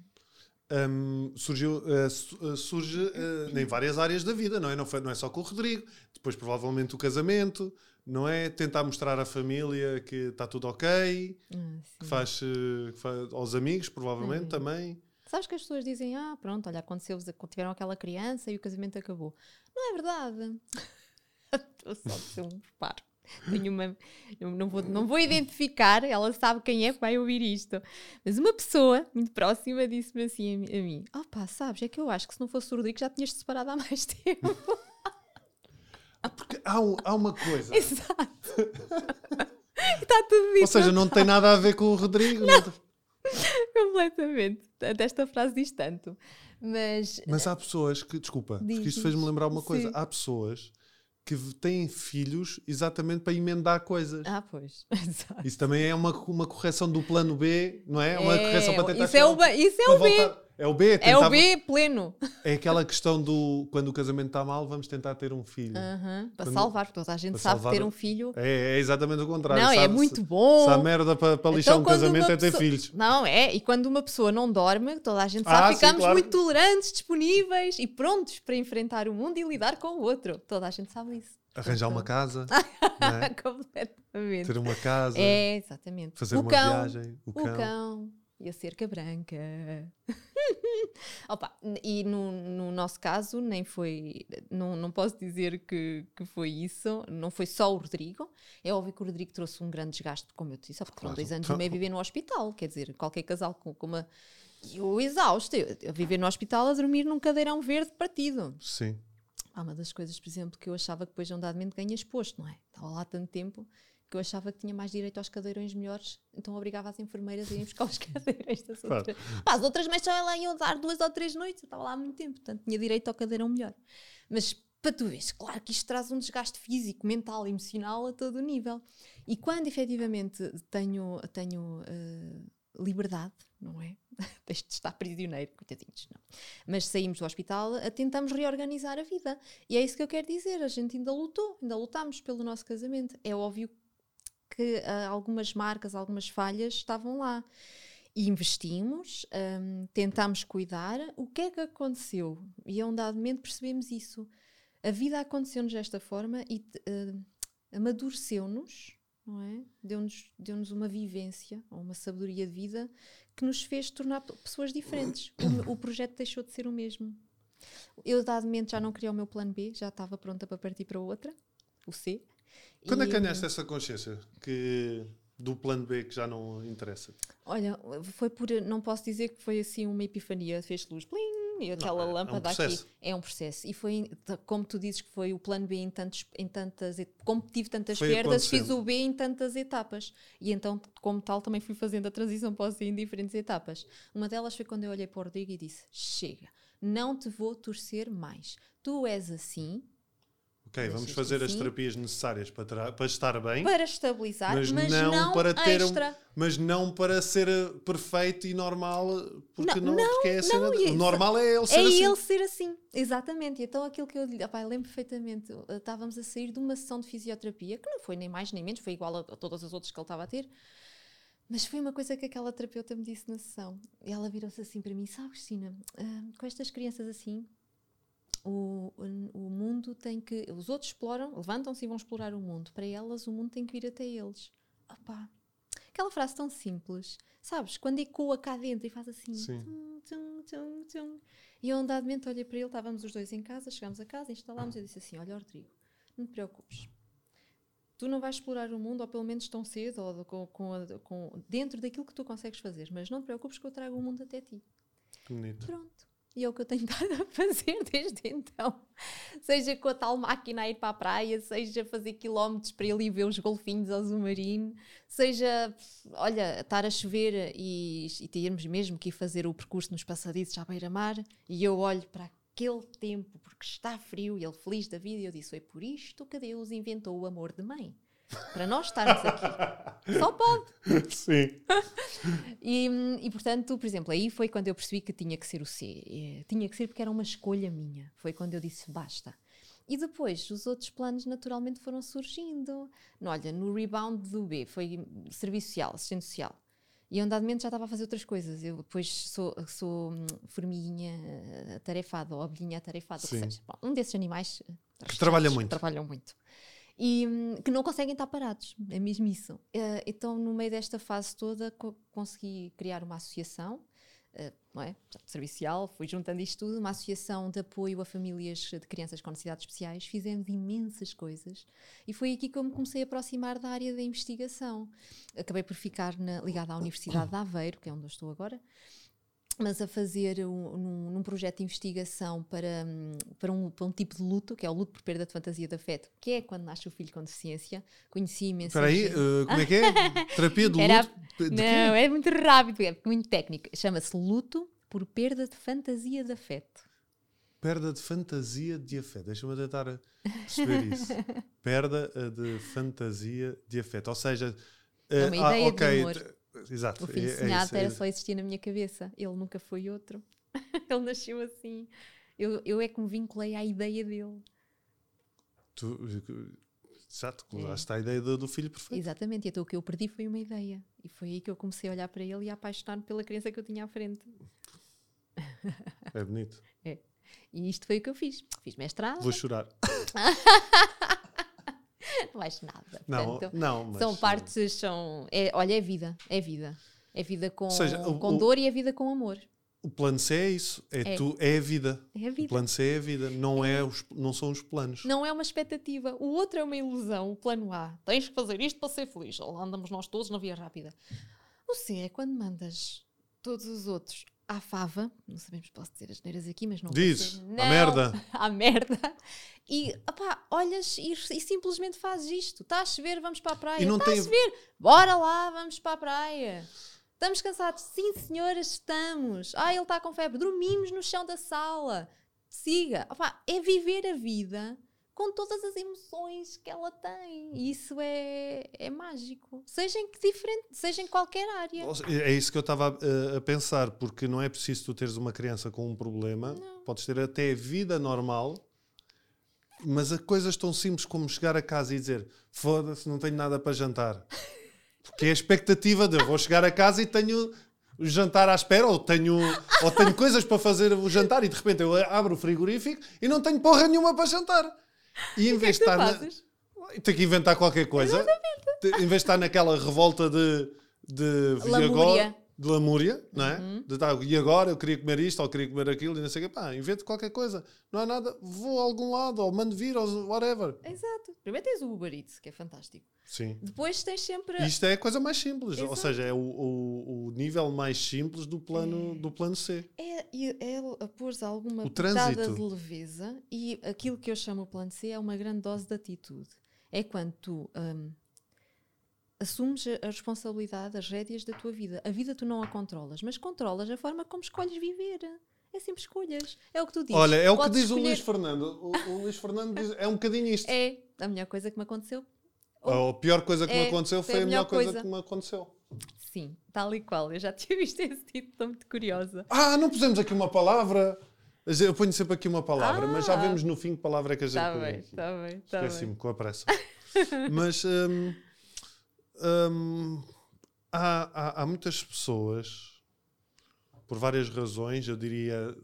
surge em várias áreas da vida, não é? Não é só com o Rodrigo, depois provavelmente o casamento, não é? Tentar mostrar à família que está tudo ok, que faz aos amigos, provavelmente também. Sabes que as pessoas dizem, pronto, olha, tiveram aquela criança e o casamento acabou. Não é verdade. Estou só a dizer um reparo. Tenho uma, não vou identificar, ela sabe quem é que vai ouvir isto. Mas uma pessoa muito próxima disse-me assim a mim: pá, sabes, é que eu acho que se não fosse o Rodrigo já tinhas-te separado há mais tempo. Porque há uma coisa. Exato. Está tudo dito. Ou seja, não tem nada a ver com o Rodrigo. Não. Completamente. Esta frase diz tanto. Mas há pessoas que, desculpa, porque isto fez-me lembrar uma coisa. Há pessoas que têm filhos exatamente para emendar coisas. Pois. Exato. Isso também é uma correção do plano B, não é? Uma correção para tentar... Isso é o B. É o B. É o B pleno. É aquela questão do quando o casamento está mal, vamos tentar ter um filho. Para salvar, porque toda a gente sabe que ter um filho... É exatamente o contrário. Não, é muito bom. Se há merda para lixar um casamento é ter filhos. Não, e quando uma pessoa não dorme, toda a gente sabe, ficamos claro. muito tolerantes, disponíveis e prontos para enfrentar o mundo e lidar com o outro. Toda a gente sabe isso. Arranjar uma casa. Não é? Completamente. Ter uma casa. É, exatamente. Fazer uma viagem. O cão. E a cerca branca. Opa, e no nosso caso nem foi, não posso dizer que foi isso, não foi só o Rodrigo. É óbvio que o Rodrigo trouxe um grande desgaste, como eu te disse, porque foram 2 anos e meio a viver no hospital, quer dizer, qualquer casal com uma... E o exausto, a viver no hospital, a dormir num cadeirão verde partido. Sim. Uma das coisas, por exemplo, que eu achava que depois de um dado momento ganhas posto, não é? Estava lá há tanto tempo que eu achava que tinha mais direito aos cadeirões melhores, então obrigava as enfermeiras a irem buscar os cadeirões das outras. As outras mães só lá iam dar 2 ou 3 noites, eu estava lá há muito tempo, portanto tinha direito ao cadeirão melhor. Mas para tu veres, claro que isto traz um desgaste físico, mental, emocional a todo o nível. E quando efetivamente tenho liberdade, não é? Deixo de estar prisioneiro, coitadinhos, não. Mas saímos do hospital, tentamos reorganizar a vida. E é isso que eu quero dizer, a gente ainda lutámos pelo nosso casamento. É óbvio que algumas marcas, algumas falhas estavam lá. E investimos, tentámos cuidar. O que é que aconteceu? E a um dado momento percebemos isso. A vida aconteceu-nos desta forma e amadureceu-nos, não é? Deu-nos uma vivência, ou uma sabedoria de vida que nos fez tornar pessoas diferentes. O projeto deixou de ser o mesmo. Eu, dado momento, já não queria o meu plano B, já estava pronta para partir para outra, o C. Quando é que ganhaste essa consciência do plano B que já não interessa? Olha, foi não posso dizer que foi assim uma epifania, fez luz, plim, e aquela lâmpada aqui. É um processo. E foi, como tu dizes, que foi o plano B como tive tantas perdas, fiz o B em tantas etapas. E então, como tal, também fui fazendo a transição para o C em diferentes etapas. Uma delas foi quando eu olhei para o Rodrigo e disse: chega, não te vou torcer mais. Tu és assim. Ok, vamos fazer as terapias necessárias para estar bem. Para estabilizar, mas não para ter extra. Mas não para ser perfeito e normal, porque porque é a cena. O normal é ele ser assim. É ele ser assim, exatamente. Então aquilo que eu lembro perfeitamente, estávamos a sair de uma sessão de fisioterapia, que não foi nem mais nem menos, foi igual a todas as outras que ele estava a ter, mas foi uma coisa que aquela terapeuta me disse na sessão. E ela virou-se assim para mim: sabe, Cristina, com estas crianças assim, o mundo tem que... Os outros levantam-se e vão explorar o mundo. Para elas, o mundo tem que vir até eles. Opá, aquela frase tão simples. Sabes? Quando ecoa cá dentro e faz assim... Tum, tum, tum, tum. E eu, um dado momento, olhei para ele, estávamos os dois em casa, chegámos a casa, instalámos, e eu disse assim: olha, Rodrigo, não te preocupes. Tu não vais explorar o mundo, ou pelo menos tão cedo, ou dentro daquilo que tu consegues fazer. Mas não te preocupes que eu trago o mundo até ti. Bonito. Pronto. E é o que eu tenho estado a fazer desde então. Seja com a tal máquina a ir para a praia, seja fazer quilómetros para ele ir ver os golfinhos ao submarino, seja, olha, estar a chover e termos mesmo que ir fazer o percurso nos passadiços à beira-mar, e eu olho para aquele tempo, porque está frio, e ele feliz da vida, e eu disse: foi por isto que Deus inventou o amor de mãe. Para nós estarmos aqui. Só pode. Sim. E portanto, por exemplo, aí foi quando eu percebi que tinha que ser o C. Tinha que ser porque era uma escolha minha. Foi quando eu disse basta. E depois os outros planos naturalmente foram surgindo. Olha, no rebound do B foi serviço social, assistente social. E a um dado momento já estava a fazer outras coisas. Eu depois sou formiguinha atarefada ou abelhinha atarefada. Ou seja, um desses animais que trabalham muito. E que não conseguem estar parados, é mesmo isso. Então, no meio desta fase toda, consegui criar uma associação não é? Serviço social, fui juntando isto tudo, uma associação de apoio a famílias de crianças com necessidades especiais, fizemos imensas coisas e foi aqui que eu me comecei a aproximar da área da investigação. Acabei por ficar ligada à Universidade de Aveiro, que é onde eu estou agora, mas a fazer num projeto de investigação para um tipo de luto, que é o luto por perda de fantasia de afeto, que é quando nasce o filho com deficiência. Conheci imensa Espera aí, gente. como é que é? Terapia de Era- luto? De quê? Não, é muito rápido, é muito técnico. Chama-se luto por perda de fantasia de afeto. Perda de fantasia de afeto. Deixa-me tentar perceber isso. Perda de fantasia de afeto. Ou seja... É uma ideia de ok, amor. Exato. O filho é sonhado isso, era só existir na minha cabeça. Ele nunca foi outro. Ele nasceu assim. Eu é que me vinculei à ideia dele. Exato, colocaste a ideia do filho perfeito. Exatamente. E então o que eu perdi foi uma ideia. E foi aí que eu comecei a olhar para ele e a apaixonar-me pela criança que eu tinha à frente. É bonito. E isto foi o que eu fiz. Fiz mestrado. Vou chorar. Não vais nada. Não, Portanto, não, mas... são partes, olha, é vida. É vida. É vida com, Ou seja, com dor e é vida com amor. O plano C é isso. É a vida. É a O vida. plano C é a vida. Não são os planos. Não é uma expectativa. O outro é uma ilusão. O plano A. Tens que fazer isto para ser feliz. Lá andamos nós todos na via rápida. O C é quando mandas todos os outros à fava. Não sabemos se posso dizer as neiras aqui, mas não vou Diz, dizer. à Não, merda. à merda. E, opá, olhas e simplesmente fazes isto. Está a chover, vamos para a praia. E não Está tem- a chover, bora lá, vamos para a praia. Estamos cansados? Sim, senhoras, estamos. Ele está com febre. Dormimos no chão da sala. Siga. Opá, é viver a vida com todas as emoções que ela tem. E isso é mágico. Seja em qualquer área. É isso que eu estava a pensar, porque não é preciso tu teres uma criança com um problema. Não. Podes ter até a vida normal, mas a coisas tão simples como chegar a casa e dizer foda-se, não tenho nada para jantar. Porque é a expectativa de eu vou chegar a casa e tenho o jantar à espera, ou tenho coisas para fazer o jantar e de repente eu abro o frigorífico e não tenho porra nenhuma para jantar. E em vez de estar fazes? tenho que inventar qualquer coisa. Em vez de estar naquela revolta de Lamúria. de lamúria, não é? E agora eu queria comer isto ou queria comer aquilo e não sei o quê. Pá, invento qualquer coisa. Não há nada, vou a algum lado ou mando vir ou whatever. Exato. Primeiro tens o Uber Eats, que é fantástico. Sim. Depois tens sempre... Isto é a coisa mais simples. Ou Exato. seja, é o nível mais simples do plano C. É pôr alguma O pitada trânsito. de leveza, e aquilo que eu chamo o plano C é uma grande dose de atitude. É quando tu assumes a responsabilidade, as rédeas da tua vida. A vida tu não a controlas, mas controlas a forma como escolhes viver. É sempre escolhas. É o que tu dizes. Olha, é o que Podes diz o escolher- Luís Fernando. O Luís Fernando diz, é um bocadinho isto. É a melhor coisa que me aconteceu. A pior coisa que me aconteceu foi a melhor coisa que me aconteceu. Sim, tal e qual. Eu já tinha visto esse título, estou muito curiosa. Não pusemos aqui uma palavra. Eu ponho sempre aqui uma palavra, mas já vemos no fim que palavra é que a gente Está bem, põe. está bem, está bem. Esqueci-me com a pressa. Mas há muitas pessoas, por várias razões, eu diria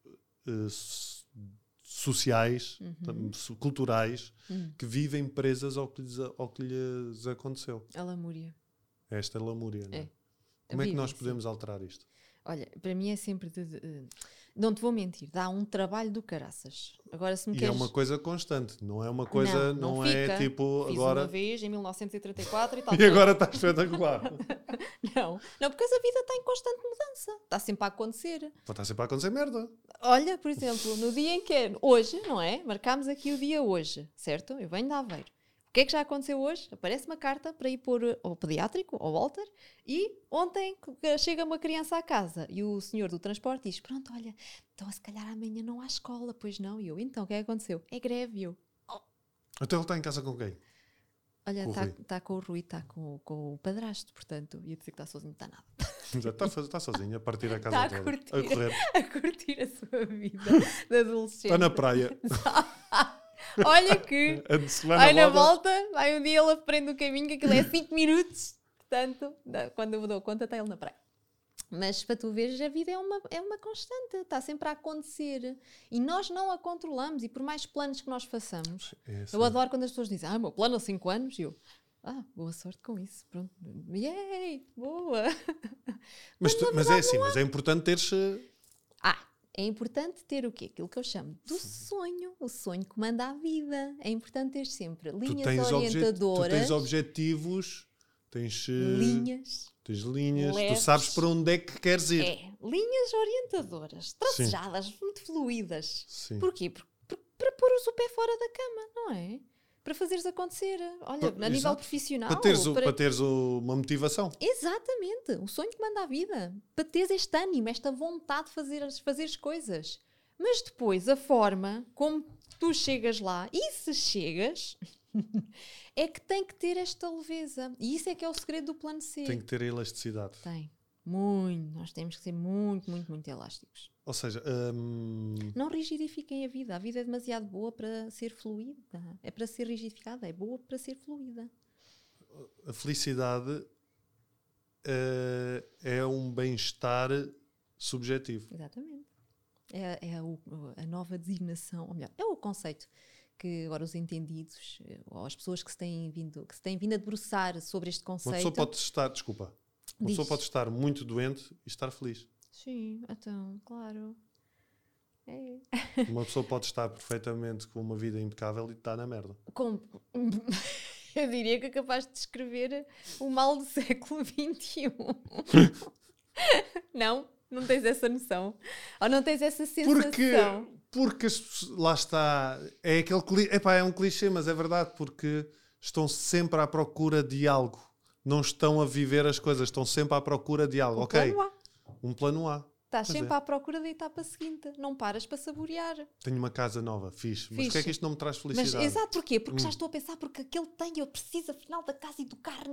sociais, culturais, que vivem presas ao que lhes aconteceu. A lamúria. Esta lamúria, não é? É. Como é que Vivem, nós sim. podemos alterar isto? Olha, para mim é sempre não te vou mentir, dá um trabalho do caraças. Agora se me E queres... é uma coisa constante, não é uma coisa, não é fica. tipo Fiz agora. uma vez em 1934 e tal. E agora está espetacular. Não, porque a vida está em constante mudança. Está sempre a acontecer. Pode estar sempre a acontecer merda. Olha, por exemplo, no dia em que é hoje, não é? Marcámos aqui o dia hoje, certo? Eu venho de Aveiro. O que é que já aconteceu hoje? Aparece uma carta para ir pôr ao pediátrico, ao Walter, e ontem chega uma criança à casa e o senhor do transporte diz, pronto, olha, então se calhar amanhã não há escola, pois não. E eu, então, o que é que aconteceu? É greve. E eu, Então ele está em casa com quem? olha, Com o Rui. está com o Rui, está com o padrasto, portanto, ia dizer que está sozinho, está nada. Já está sozinho a partir a casa Está a toda. curtir. A correr. A curtir a sua vida de adolescente. Está na praia. Olha que... Vai Vai na volta. volta, vai um dia ele aprende o caminho, que aquilo é 5 minutos. Portanto, quando eu me dou conta, está ele na praia. Mas para tu veres, a vida é uma constante, está sempre a acontecer. E nós não a controlamos, e por mais planos que nós façamos. É assim. Eu adoro quando as pessoas dizem, meu plano a 5 anos, e eu, boa sorte com isso, pronto. Yay, boa. Mas é assim, mas é importante teres... É importante ter o quê? Aquilo que eu chamo do sonho. O sonho que manda a vida. É importante ter sempre linhas orientadoras. Tu tens objetivos, tens linhas. Tens linhas, leves. tu sabes para onde é que queres ir. Linhas orientadoras, tracejadas, muito fluídas. Sim. Porquê? Para pôres o pé fora da cama, não é? Para fazeres acontecer. Olha, a nível profissional. Para teres uma motivação. Exatamente. O sonho que manda a vida. Para teres este ânimo, esta vontade de fazer as coisas. Mas depois, a forma como tu chegas lá, e se chegas, é que tem que ter esta leveza. E isso é que é o segredo do plano C. Tem que ter a elasticidade. Tem. Muito. Nós temos que ser muito, muito, muito elásticos. Ou seja... Não rigidifiquem a vida. A vida é demasiado boa para ser fluida. É para ser rigidificada. É boa para ser fluida. A felicidade é um bem-estar subjetivo. Exatamente. É a nova designação, ou melhor, é o conceito que agora os entendidos, ou as pessoas que se têm vindo a debruçar sobre este conceito... Uma pessoa pode estar muito doente e estar feliz. Sim, então, claro. É. Uma pessoa pode estar perfeitamente com uma vida impecável e está na merda. Eu diria que é capaz de descrever o mal do século XXI. Não tens essa noção. Ou não tens essa sensação. Porque lá está. É aquele é um clichê, mas é verdade. Porque estão sempre à procura de algo. Não estão a viver as coisas. Estão sempre à procura de algo. Um plano A. Estás sempre à procura da etapa seguinte. Não paras para saborear. Tenho uma casa nova, fixe. Mas porquê é que isto não me traz felicidade? Mas, exato, porquê? Porque já estou a pensar, porque aquele tem, eu preciso afinal da casa e do carro.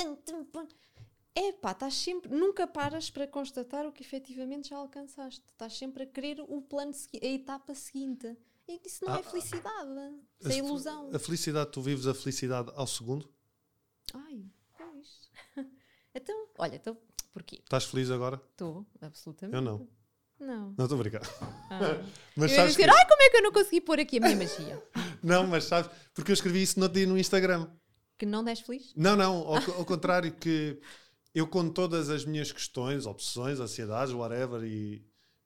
Estás sempre, nunca paras para constatar o que efetivamente já alcançaste. Estás sempre a querer o plano seguinte, a etapa seguinte. E isso não é felicidade. Isso é ilusão. A felicidade, tu vives a felicidade ao segundo? Ai, pois. Então, porquê? Estás feliz agora? Estou, absolutamente. Eu não. Não. Não, estou a brincar. Mas eu ia dizer, como é que eu não consegui pôr aqui a minha magia? Não, mas sabes, porque eu escrevi isso no outro dia no Instagram. Que não des feliz? Não, ao contrário, que eu com todas as minhas questões, obsessões, ansiedades, whatever, e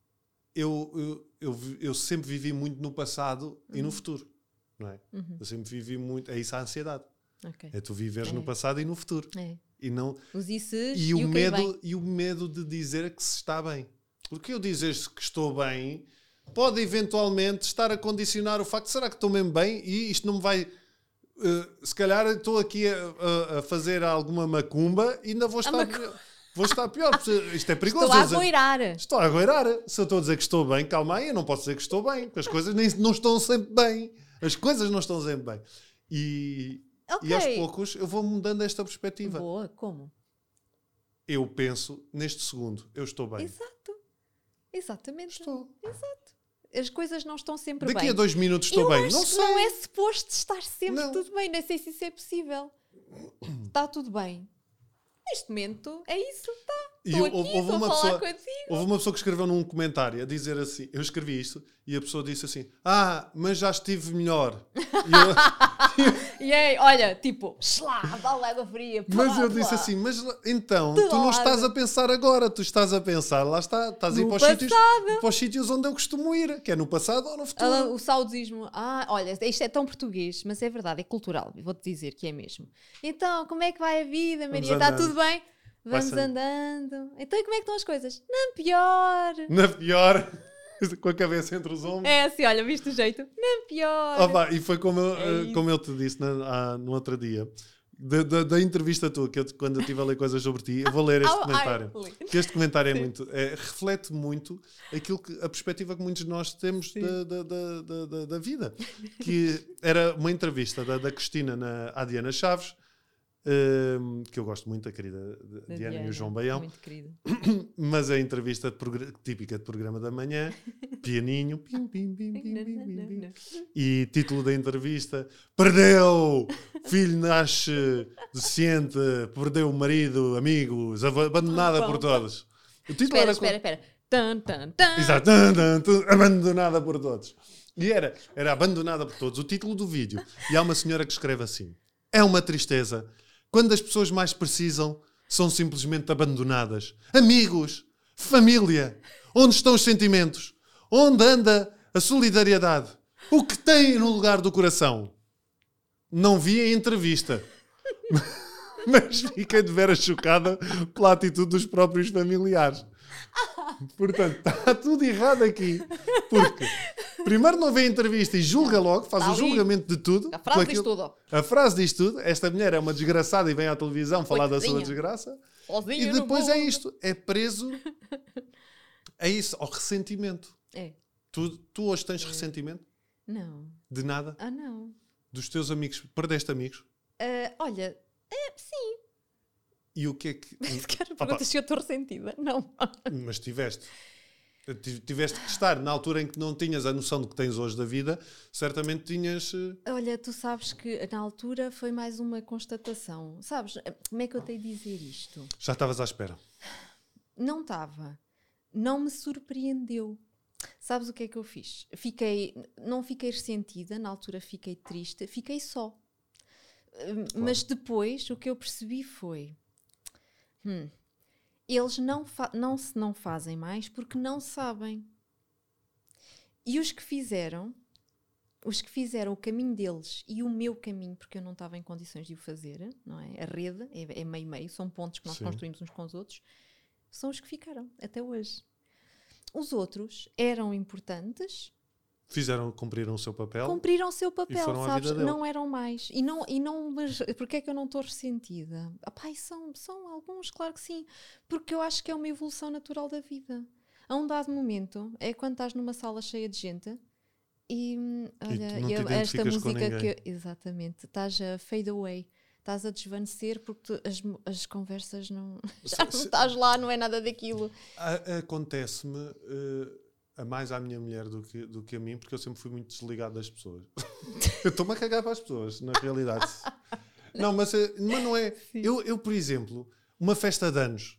eu sempre vivi muito no passado e no futuro, não é? Eu sempre vivi muito, é isso a ansiedade. Okay. É tu viveres no passado e no futuro. E não os isses e o medo de dizer que se está bem. Porque eu dizer que estou bem pode eventualmente estar a condicionar o facto de será que estou mesmo bem e isto não me vai... se calhar estou aqui a fazer alguma macumba e ainda vou estar pior. Isto é perigoso. Estou a agoirar. Se eu estou a dizer que estou bem, calma aí, eu não posso dizer que estou bem, porque as coisas não estão sempre bem. As coisas não estão sempre bem. E aos poucos eu vou mudando esta perspectiva. Boa, como? Eu penso, neste segundo, eu estou bem. Exato. Exatamente. Estou. Exato. As coisas não estão sempre bem. Daqui a 2 minutos estou bem. Não sei. Não é suposto estar sempre tudo bem. Não sei se isso é possível. Está tudo bem. Neste momento, é isso. Estou aqui, estou a falar contigo. Houve uma pessoa que escreveu num comentário a dizer assim, eu escrevi isto e a pessoa disse assim, mas já estive melhor. E aí, olha, tipo, dá água fria. Mas eu disse assim, mas então, tu não estás a pensar agora, tu estás a pensar, lá estás a ir para os sítios onde eu costumo ir, que é no passado ou no futuro. O saudosismo, olha, isto é tão português, mas é verdade, é cultural, vou-te dizer que é mesmo. Então, como é que vai a vida, Maria? Está tudo bem? Vamos andando. Então, e como é que estão as coisas? Na pior. Na pior. Com a cabeça entre os ombros. É assim, olha, viste o jeito? Na pior. E foi como eu te disse no outro dia. Da entrevista tua, quando eu estive a ler coisas sobre ti, eu vou ler este comentário. Que este comentário reflete muito a perspectiva que muitos de nós temos da vida. Que era uma entrevista da Cristina à Diana Chaves, que eu gosto muito, a querida Diana e o João Baião. Muito querida. Mas a entrevista típica de programa da manhã, pianinho, pim, pim, pim, pim, pim, pim, pim. E título da entrevista: perdeu, filho nasce deficiente, perdeu o marido, amigos, abandonada por todos. O título espera. Exato, abandonada por todos. E era abandonada por todos, o título do vídeo. E há uma senhora que escreve assim: é uma tristeza. Quando as pessoas mais precisam, são simplesmente abandonadas. Amigos, família, onde estão os sentimentos? Onde anda a solidariedade? O que tem no lugar do coração? Não vi a entrevista. Mas fiquei de veras chocada pela atitude dos próprios familiares. Portanto, está tudo errado aqui. Porque primeiro não vê a entrevista e julga logo, faz o julgamento de tudo. A frase diz tudo. A frase diz tudo. Esta mulher é uma desgraçada e vem à televisão falar da sua desgraça. Sozinha E depois no é mundo. isto. É preso a isso, ao ressentimento. É. Tu hoje tens ressentimento? Não. De nada? Não. Dos teus amigos? Perdeste amigos? Olha, sim. E o que é que... Se calhar Opa, perguntas se eu estou ressentida. Não. mas tiveste. Tiveste que estar na altura em que não tinhas a noção de que tens hoje da vida, certamente tinhas... Olha, tu sabes que na altura foi mais uma constatação. Sabes, como é que eu tenho de dizer isto? Já estavas à espera. Não estava. Não me surpreendeu. Sabes o que é que eu fiz? Não fiquei ressentida, na altura fiquei triste, fiquei só. Mas depois o que eu percebi foi... eles não fazem mais porque não sabem. E os que fizeram o caminho deles e o meu caminho, porque eu não estava em condições de o fazer, não é? A rede é meio-meio, são pontos que nós construímos uns com os outros, são os que ficaram até hoje. Os outros eram importantes, Cumpriram o seu papel. cumpriram o seu E papel, foram à sabes? vida dele. Não eram mais. Mas porquê é que eu não estou ressentida? São alguns, claro que sim. Porque eu acho que é uma evolução natural da vida. A um dado momento, é quando estás numa sala cheia de gente e olha, tu não te esta identificas com música ninguém. exatamente, estás a fade away. Estás a desvanecer porque as conversas não... Já não estás lá, não é nada daquilo. Acontece-me... a mais à minha mulher do que a mim, porque eu sempre fui muito desligado das pessoas. Eu estou-me a cagar para as pessoas, na realidade. Não, mas não é... Eu, por exemplo, uma festa de anos.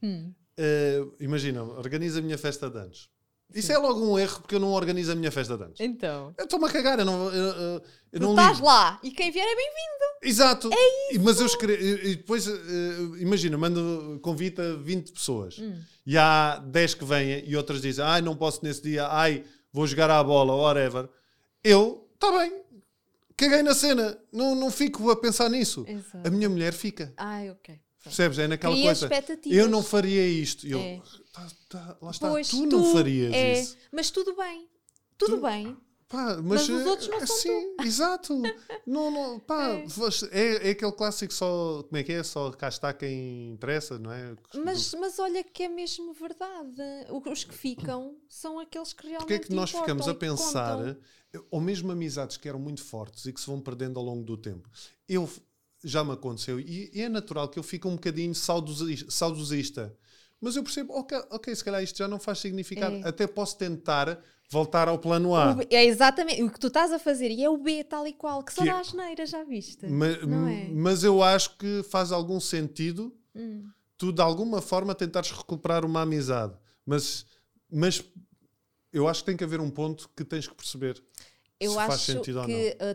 Imagina, organizo a minha festa de anos. Isso é logo um erro, porque eu não organizo a minha festa de anos. Então... Eu estou-me a cagar, eu não estás ligo. lá e quem vier é bem-vindo. Exato. É isso. Mas eu escrevo... E depois, imagina, mando convite a 20 pessoas. E há 10 que vêm e outras dizem, não posso nesse dia, vou jogar à bola, whatever. Está bem, caguei na cena, não fico a pensar nisso. Exato. A minha mulher fica. Ok. Percebes? É naquela Cria coisa. expectativas. Eu não faria isto. Lá está, Pois, tu não farias isso. Mas tudo bem. Tudo bem. Pá, Mas os outros não são sim, exato. Não, pá, é aquele clássico só, como é que é? Só cá está quem interessa, não é? Mas olha que é mesmo verdade. Os que ficam são aqueles que realmente Porque é que nós importam ficamos a e que pensar, contam. ou mesmo amizades que eram muito fortes e que se vão perdendo ao longo do tempo. Já me aconteceu e é natural que eu fique um bocadinho saudosista. Mas eu percebo, ok, se calhar isto já não faz significado. Até posso tentar voltar ao plano A. É exatamente o que tu estás a fazer e é o B tal e qual, que só dá asneira, já viste? Não é? Mas eu acho que faz algum sentido tu de alguma forma tentares recuperar uma amizade. Mas eu acho que tem que haver um ponto que tens que perceber. Eu se faz acho sentido ou que não. a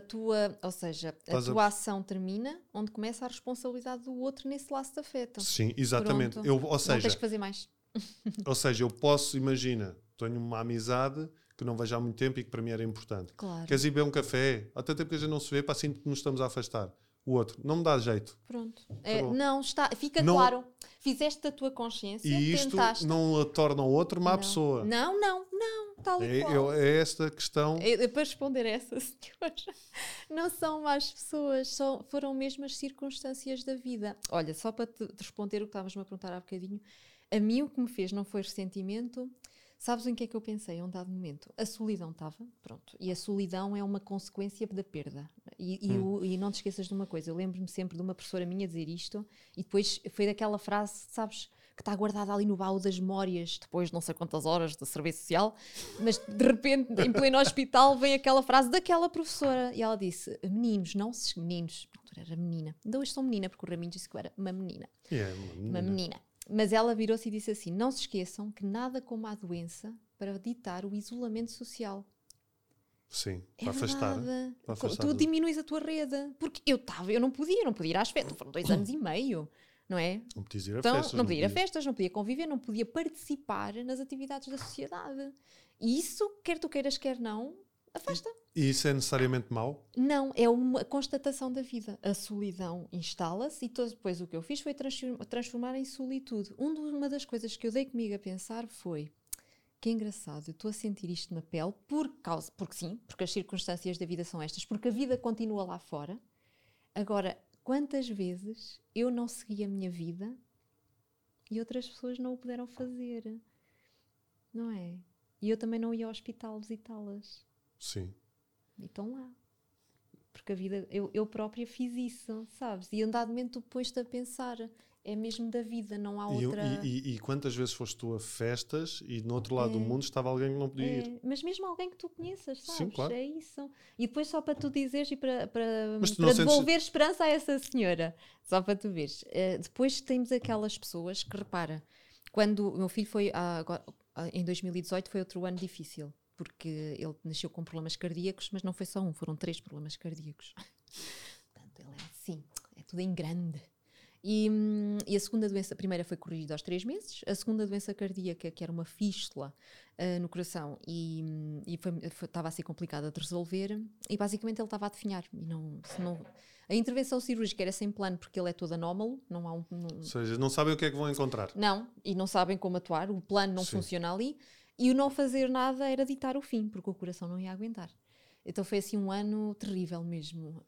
tua ação termina onde começa a responsabilidade do outro nesse laço de afeto. Sim, exatamente. Pronto. Ou Não seja, tens que fazer mais. Ou seja, eu posso, imagina, tenho uma amizade que não vejo há muito tempo e que para mim era importante. Claro. Queres ir beber um café? Há tanto tempo que a gente não se vê, para assim que nos estamos a afastar. O outro, não me dá jeito. Pronto. Bom. Fica Não- claro. Fizeste da tua consciência, E isto tentaste. não a torna o outro má pessoa. Não, tal e qual. É esta questão. Para responder a essa senhora, não são más pessoas, foram mesmo as circunstâncias da vida. Olha, só para te responder o que estavas-me a perguntar há bocadinho, a mim o que me fez não foi ressentimento. Sabes em que é que eu pensei a um dado momento? A solidão estava, pronto. E a solidão é uma consequência da perda. E não te esqueças de uma coisa, eu lembro-me sempre de uma professora minha dizer isto, e depois foi daquela frase, sabes, que está guardada ali no baú das memórias, depois de não sei quantas horas de serviço social, mas de repente, em pleno hospital, vem aquela frase daquela professora, e ela disse, meninos, na altura era menina, ainda hoje sou menina, porque o Raminhos disse que eu era uma menina. Uma menina. Mas ela virou-se e disse assim, não se esqueçam que nada como a doença para ditar o isolamento social. Sim, para afastar. Tu diminuis a tua rede. Porque eu não podia ir às festas, foram 2 anos e meio. não é? Não podias ir a Então, festas. não podia ir a festas, não podia conviver, não podia participar nas atividades da sociedade. E isso, quer tu queiras, quer não, afasta. E isso é necessariamente mau? Não, é uma constatação da vida. A solidão instala-se e depois o que eu fiz foi transformar em solitude. Uma das coisas que eu dei comigo a pensar foi: que engraçado, eu estou a sentir isto na pele porque sim, porque as circunstâncias da vida são estas, porque a vida continua lá fora. Agora, quantas vezes eu não segui a minha vida e outras pessoas não o puderam fazer? Não é? E eu também não ia ao hospital visitá-las. Sim. E estão lá. Porque a vida, eu própria fiz isso, sabes? E andado momento tu pôs-te a pensar, é mesmo da vida, não há outra... E quantas vezes foste tu a festas e no outro lado do mundo estava alguém que não podia ir? Mas mesmo alguém que tu conheças, sabes? Sim, claro. É isso. E depois só para tu dizeres e para não devolver esperança a essa senhora. Só para tu veres. Depois temos aquelas pessoas que, repara, quando o meu filho foi, em 2018, foi outro ano difícil. Porque ele nasceu com problemas cardíacos, mas não foi só foram 3 problemas cardíacos. Portanto, ele é assim, é tudo em grande. E a segunda doença, a primeira foi corrigida aos 3 meses, a segunda doença cardíaca, que era uma fístula no coração, e estava a ser complicada de resolver, e basicamente ele estava a definhar. A intervenção cirúrgica era sem plano, porque ele é todo anómalo. Ou seja, não sabem o que é que vão encontrar. Não, e não sabem como atuar, o plano não funciona ali. E o não fazer nada era ditar o fim, porque o coração não ia aguentar. Então foi assim um ano terrível mesmo.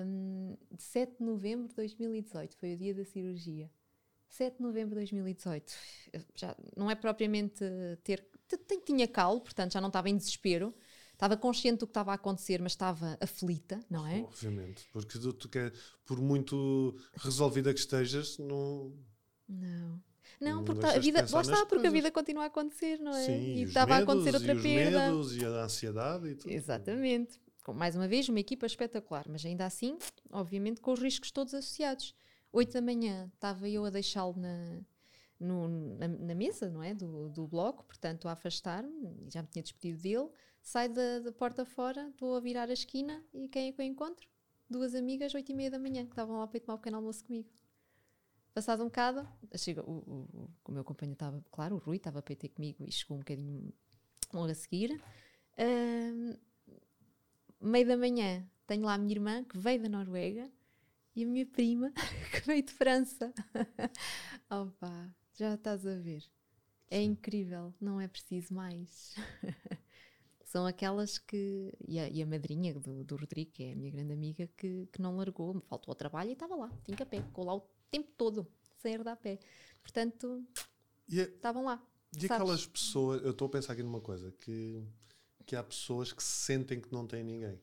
7 de novembro de 2018, foi o dia da cirurgia. 7 de novembro de 2018. Já não é propriamente tinha calo, portanto já não estava em desespero. Estava consciente do que estava a acontecer, mas estava aflita, não é? Obviamente, porque por muito resolvida que estejas, não... Não, porque a vida, lá está, porque a vida continua a acontecer, não é? Sim, e estava a acontecer outra perda. E os medos e a ansiedade e tudo. Exatamente. Mais uma vez, uma equipa espetacular, mas ainda assim, obviamente, com os riscos todos associados. 8 da manhã estava eu a deixá-lo na mesa, não é? Do bloco, portanto, a afastar-me, já me tinha despedido dele. Saio da porta fora, estou a virar a esquina e quem é que eu encontro? 2 amigas, 8h30 da manhã, que estavam lá para ir tomar um pequeno almoço comigo. Passado um bocado, chega, o meu companheiro estava, claro, o Rui estava para ir ter comigo e chegou um bocadinho logo a seguir. Meio da manhã, tenho lá a minha irmã, que veio da Noruega, e a minha prima, que veio de França. Opa, já estás a ver. É incrível, não é preciso mais. São aquelas que... E a madrinha do Rodrigo, que é a minha grande amiga, que não largou, me faltou ao trabalho e estava lá, tinha a pé, ficou lá o tempo todo, sem herdar a pé. Portanto, estavam lá. E aquelas pessoas... Eu estou a pensar aqui numa coisa, que há pessoas que sentem que não têm ninguém.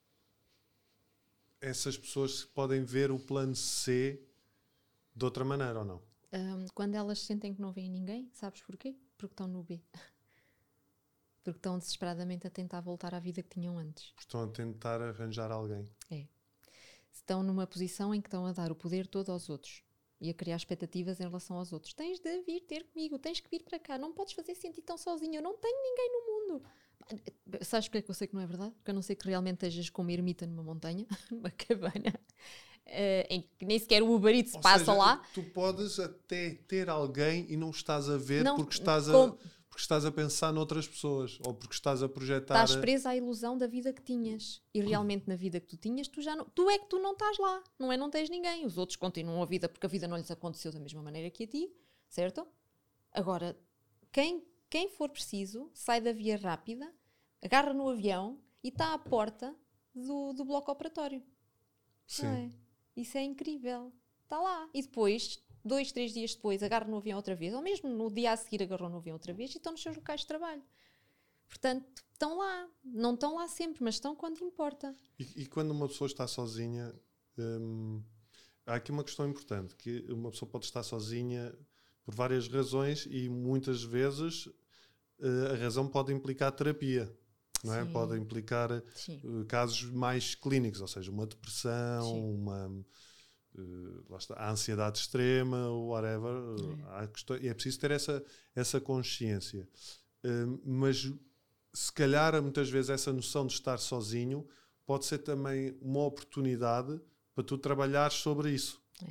Essas pessoas podem ver o plano C de outra maneira, ou não? Quando elas sentem que não veem ninguém, sabes porquê? Porque estão no B. Porque estão desesperadamente a tentar voltar à vida que tinham antes. Estão a tentar arranjar alguém. É. Estão numa posição em que estão a dar o poder todo aos outros e a criar expectativas em relação aos outros. Tens de vir ter comigo, tens que vir para cá, não podes fazer sentir tão sozinho, eu não tenho ninguém no mundo. Sabes porque é que eu sei que não é verdade? Porque a não ser que realmente estejas como uma ermita numa montanha, numa cabana, em que nem sequer o Uber Eats passa lá. Tu podes até ter alguém e não estás a ver não, porque estás a pensar noutras pessoas ou porque estás a projetar... Estás presa à ilusão da vida que tinhas. E realmente na vida que tu tinhas, tu é que tu não estás lá. Não tens ninguém. Os outros continuam a vida porque a vida não lhes aconteceu da mesma maneira que a ti. Certo? Agora, quem for preciso, sai da via rápida, agarra no avião e está à porta do bloco operatório. Sim. Não é? Isso é incrível. Está lá. E depois... 2, 3 dias depois agarra no avião outra vez, ou mesmo no dia a seguir agarrou no avião outra vez e estão nos seus locais de trabalho. Portanto, estão lá. Não estão lá sempre, mas estão quando importa. E quando uma pessoa está sozinha, há aqui uma questão importante, que uma pessoa pode estar sozinha por várias razões e muitas vezes a razão pode implicar terapia. Não é? Pode implicar casos mais clínicos, ou seja, uma depressão, lá está, a ansiedade extrema, whatever. É preciso ter essa consciência. Mas se calhar muitas vezes essa noção de estar sozinho pode ser também uma oportunidade para tu trabalhar sobre isso.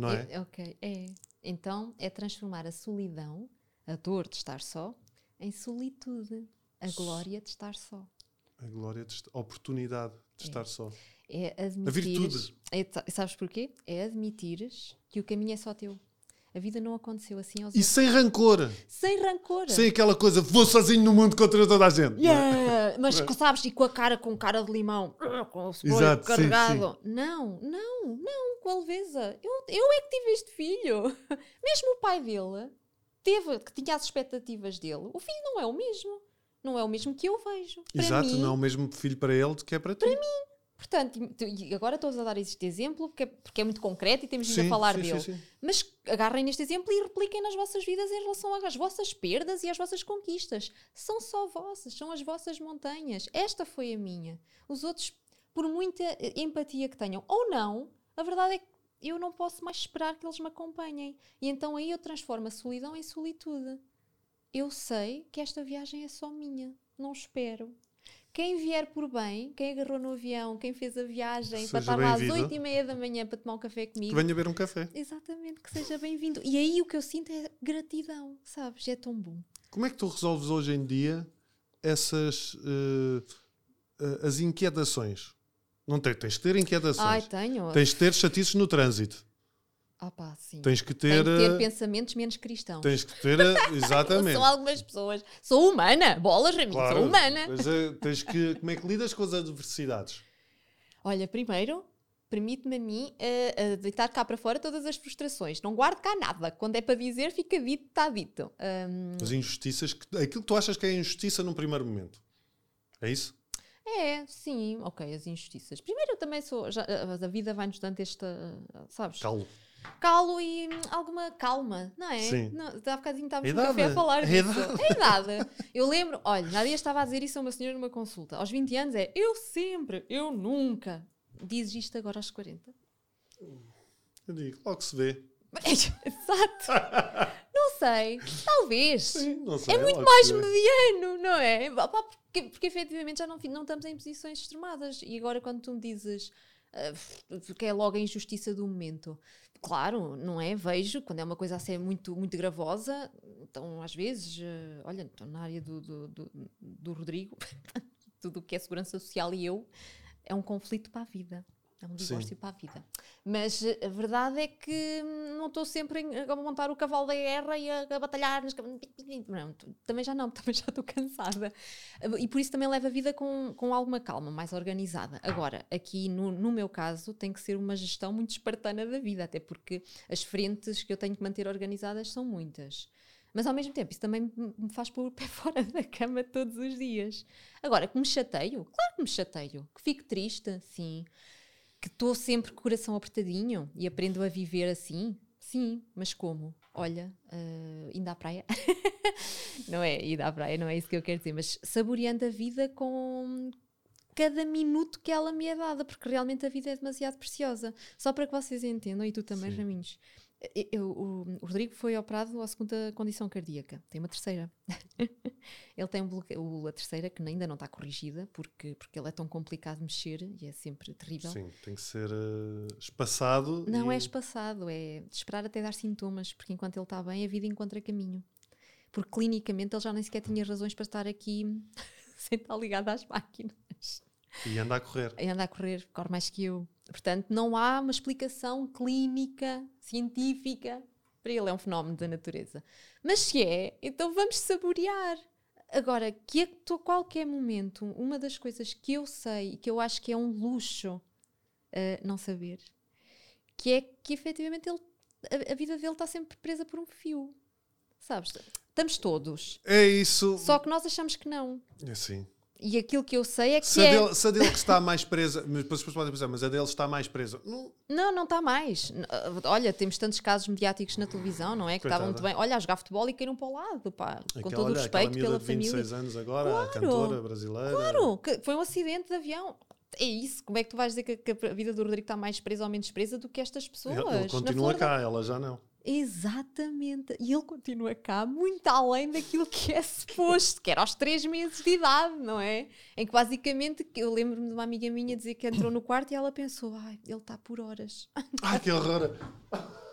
não é? Ok, é. Então é transformar a solidão, a dor de estar só, em solitude. A glória de estar só. A glória, a oportunidade de estar só. É admitir. A virtude. Sabes porquê? É admitires que o caminho é só teu. A vida não aconteceu assim aos E outros. sem rancor. Sem rancor. Sem aquela coisa, vou sozinho no mundo contra toda a gente. Yeah, mas sabes, e com cara de limão, com o cebola Exato, carregado. Sim. Não, com a leveza. Eu é que tive este filho. Mesmo o pai dele que tinha as expectativas dele. O filho não é o mesmo. Não é o mesmo que eu vejo. Exato, para mim, não é o mesmo filho para ele do que é para ti. Para mim. Portanto, e agora estou a dar este exemplo porque é muito concreto e temos vindo a falar dele. Sim. Mas agarrem neste exemplo e repliquem nas vossas vidas em relação às vossas perdas e às vossas conquistas. São só vossas, são as vossas montanhas. Esta foi a minha. Os outros, por muita empatia que tenham ou não, a verdade é que eu não posso mais esperar que eles me acompanhem. E então aí eu transformo a solidão em solitude. Eu sei que esta viagem é só minha. Não espero. Quem vier por bem, quem agarrou no avião, quem fez a viagem para estar lá às 8h30 da manhã para tomar um café comigo. Que venha beber um café. Exatamente, que seja bem-vindo. E aí o que eu sinto é gratidão, sabes? É tão bom. Como é que tu resolves hoje em dia essas as inquietações? Não tens que ter inquietações. Ai, tenho. Tens que ter chatices no trânsito. Ah pá, sim. Tens que ter pensamentos menos cristãos. Tens que ter, exatamente. São algumas pessoas. Sou humana, bolas, Ramiro, claro, sou humana. Mas tens que, como é que lidas com as adversidades? Olha, primeiro, permite-me a mim a deitar cá para fora todas as frustrações. Não guardo cá nada. Quando é para dizer, fica dito, está dito. As injustiças, aquilo que tu achas que é injustiça num primeiro momento. É isso? É, sim, ok, as injustiças. Primeiro, eu também sou. A vida vai-nos dando esta. Sabes? Calo e alguma calma, não é? Sim. Não, há bocadinho estávamos no café a falar disso. É idade. Eu lembro, olha, na dia estava a dizer isso a uma senhora numa consulta. Aos 20 anos eu sempre, eu nunca. Dizes isto agora aos 40? Eu digo, logo se vê. Exato. Não sei, talvez. Sim, não sei, é muito mais mediano, não é? Porque efetivamente já não estamos em posições extremadas. E agora quando tu me dizes que é logo a injustiça do momento, claro, não é? Vejo, quando é uma coisa a ser muito, muito gravosa, então às vezes, olha, estou na área do Rodrigo, tudo o que é segurança social e eu, é um conflito para a vida. É um divórcio para a vida. Mas a verdade é que não estou sempre a montar o cavalo da guerra e a batalhar. Não, também já estou cansada. E por isso também levo a vida com alguma calma, mais organizada. Agora, aqui no meu caso, tem que ser uma gestão muito espartana da vida, até porque as frentes que eu tenho que manter organizadas são muitas. Mas ao mesmo tempo, isso também me faz pôr o pé fora da cama todos os dias. Agora, que me chateio? Claro que me chateio. Que fico triste? Sim. Que estou sempre com o coração apertadinho e aprendo a viver assim? Sim, mas como? Olha, indo à praia. Não é indo à praia, não é isso que eu quero dizer, mas saboreando a vida com cada minuto que ela me é dada, porque realmente a vida é demasiado preciosa. Só para que vocês entendam, e tu também, sim. Raminhos. O Rodrigo foi operado à segunda condição cardíaca. Tem uma terceira. Ele tem a terceira que ainda não está corrigida porque ele é tão complicado de mexer e é sempre terrível. Sim, tem que ser espaçado. Não é espaçado, é esperar até dar sintomas, porque enquanto ele está bem a vida encontra caminho. Porque clinicamente ele já nem sequer tinha razões para estar aqui sem estar ligado às máquinas. E anda a correr. Corre mais que eu. Portanto, não há uma explicação clínica, científica, para ele é um fenómeno da natureza. Mas se é, então vamos saborear. Agora, que a qualquer momento, uma das coisas que eu sei e que eu acho que é um luxo não saber, que é que efetivamente a vida dele está sempre presa por um fio. Sabes? Estamos todos. É isso. Só que nós achamos que não. É assim. E aquilo que eu sei é que se a dele que está mais presa, mas depois podem pensar, mas a dele está mais presa. Não está mais. Olha, temos tantos casos mediáticos na televisão, não é? Que estavam muito bem. Olha, a jogar futebol e caíram para o lado, pá. Com todo o respeito pela de família. 26 anos agora, claro, a cantora brasileira. Claro, que foi um acidente de avião. É isso. Como é que tu vais dizer que a vida do Rodrigo está mais presa ou menos presa do que estas pessoas? Ele continua cá, ela já não. Exatamente. E ele continua cá muito além daquilo que é suposto, que era aos 3 meses de idade, não é? Em que basicamente, eu lembro-me de uma amiga minha dizer que entrou no quarto e ela pensou, ele está por horas. Ai, que horror!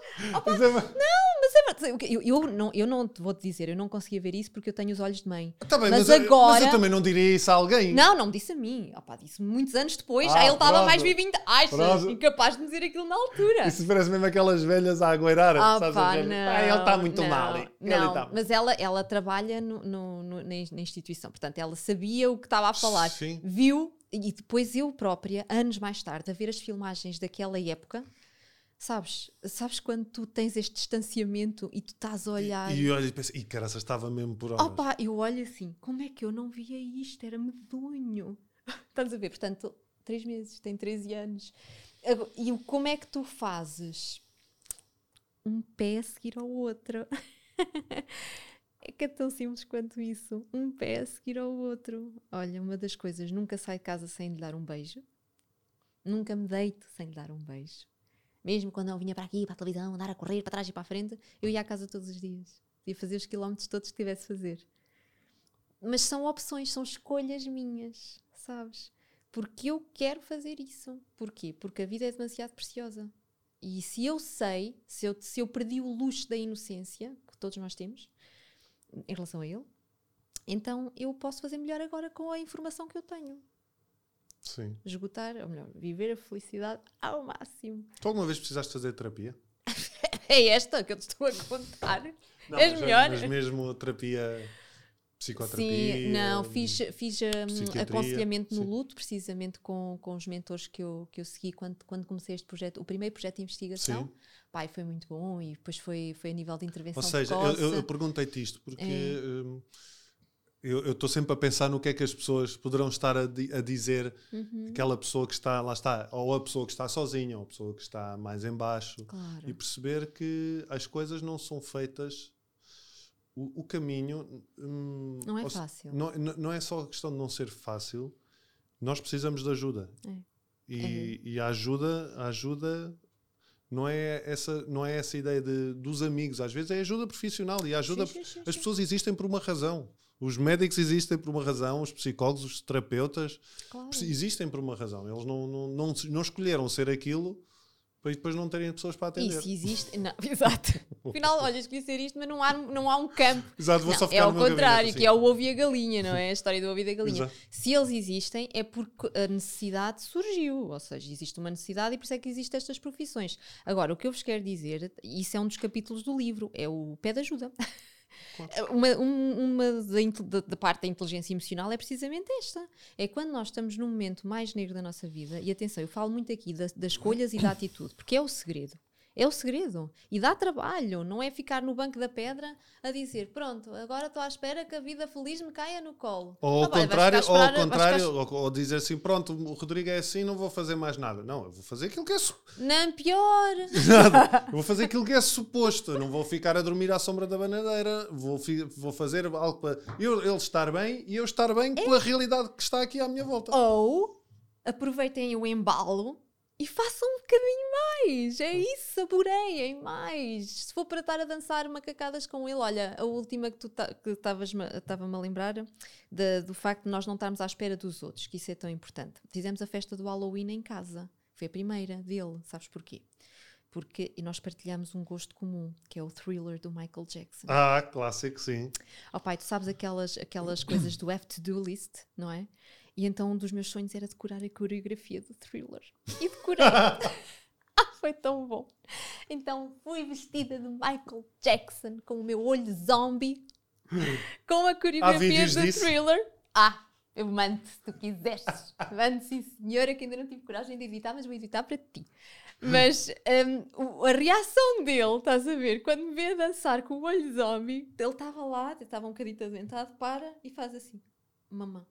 Isso é uma- Mas é verdade, eu não te vou te dizer, eu não conseguia ver isso porque eu tenho os olhos de mãe. Tá bem, Mas mas agora- eu também não diria isso a alguém. Não me disse a mim. Opa, disse muitos anos depois. Ah, Aí ele estava pronto. mais vivinho. Achas? Pronto. Incapaz de me dizer aquilo na altura. Isso parece mesmo aquelas velhas a agueirar. sabes, Pá, as velhas? não, Ah, ele está muito não, mal. Ele Não, tá- mas ela trabalha na instituição. Portanto, ela sabia o que estava a falar. Sim. Viu, e depois eu própria, anos mais tarde, a ver as filmagens daquela época, sabes quando tu tens este distanciamento e tu estás a olhar... E olha e pensa, e caraças, estava mesmo por horas. Opa, eu olho assim, como é que eu não via isto? Era medonho. Estás a ver? Portanto, 3 meses, tem 13 anos. E como é que tu fazes um pé a seguir ao outro? É que é tão simples quanto isso. Um pé a seguir ao outro. Olha, uma das coisas, nunca saio de casa sem lhe dar um beijo. Nunca me deito sem lhe dar um beijo. Mesmo quando eu vinha para aqui, para a televisão, andar a correr para trás e para a frente, eu ia à casa todos os dias. Ia fazer os quilómetros todos que tivesse a fazer. Mas são opções, são escolhas minhas, sabes? Porque eu quero fazer isso. Porquê? Porque a vida é demasiado preciosa. E se eu sei, se eu perdi o luxo da inocência, que todos nós temos, em relação a ele, então eu posso fazer melhor agora com a informação que eu tenho. Sim. Esgotar, ou melhor, viver a felicidade ao máximo. Tu alguma vez precisaste fazer terapia? É esta que eu te estou a contar. Não, És mas, melhor. Mas mesmo terapia, psicoterapia... Sim, não, fiz psiquiatria, aconselhamento no sim. luto, precisamente com os mentores que eu segui quando comecei este projeto, o primeiro projeto de investigação. Sim. Pai, foi muito bom e depois foi a nível de intervenção Ou seja, precoce. eu perguntei-te isto porque eu estou sempre a pensar no que é que as pessoas poderão estar a dizer. Aquela pessoa que está, lá está, ou a pessoa que está sozinha, ou a pessoa que está mais em baixo. Claro. E perceber que as coisas não são feitas... O caminho... Não é fácil. Não é só a questão de não ser fácil. Nós precisamos de ajuda. E a ajuda não é essa ideia dos amigos. Às vezes é ajuda profissional. E a ajuda... Sim. As pessoas existem por uma razão. Os médicos existem por uma razão. Os psicólogos, os terapeutas Claro. existem por uma razão. Eles não escolheram ser aquilo para depois não terem pessoas para atender. Isso existe. Não, exato. Afinal, olha, escolhi ser isto, mas não há um campo. Exato, vou Não, só é ficar ao no meu contrário, gabinete, que é o ovo e a galinha, não é? A história do ovo e da galinha. Exato. Se eles existem, é porque a necessidade surgiu. Ou seja, existe uma necessidade e por isso é que existem estas profissões. Agora, o que eu vos quero dizer, e isso é um dos capítulos do livro, é o pé de ajuda. Claro. Uma da parte da inteligência emocional é precisamente esta. É quando nós estamos num momento mais negro da nossa vida, e atenção, eu falo muito aqui das escolhas e da atitude, porque é o segredo. É o segredo. E dá trabalho. Não é ficar no banco da pedra a dizer, pronto, agora estou à espera que a vida feliz me caia no colo. Ou ao Vai contrário, ficar a esperar, ou dizer assim, pronto, o Rodrigo é assim, não vou fazer mais nada. Não, eu vou fazer aquilo que é Não, pior. nada. Eu vou fazer aquilo que é suposto. Eu não vou ficar a dormir à sombra da bananeira. Vou fazer algo para ele estar bem e eu estar bem com a realidade que está aqui à minha volta. Ou aproveitem o embalo e façam um bocadinho mais. É isso, saboreiem mais. Se for para estar a dançar macacadas com ele, olha, a última que estava-me a lembrar do facto de nós não estarmos à espera dos outros, que isso é tão importante. Fizemos a festa do Halloween em casa. Foi a primeira dele. Sabes porquê? Porque nós partilhamos um gosto comum, que é o Thriller do Michael Jackson. Ah, clássico, sim. Oh pai, tu sabes aquelas coisas do have to do list, não é? E então um dos meus sonhos era decorar a coreografia do Thriller. E decorei. Foi tão bom. Então fui vestida de Michael Jackson com o meu olho zombie, com a coreografia do disso? Thriller. Eu mando se tu quiseres. Mando, sim senhora, que ainda não tive coragem de editar, mas vou editar para ti. Mas a reação dele, estás a ver, quando me vê a dançar com o olho zombie, ele estava lá, estava um bocadinho adoentado, para e faz assim, mamã.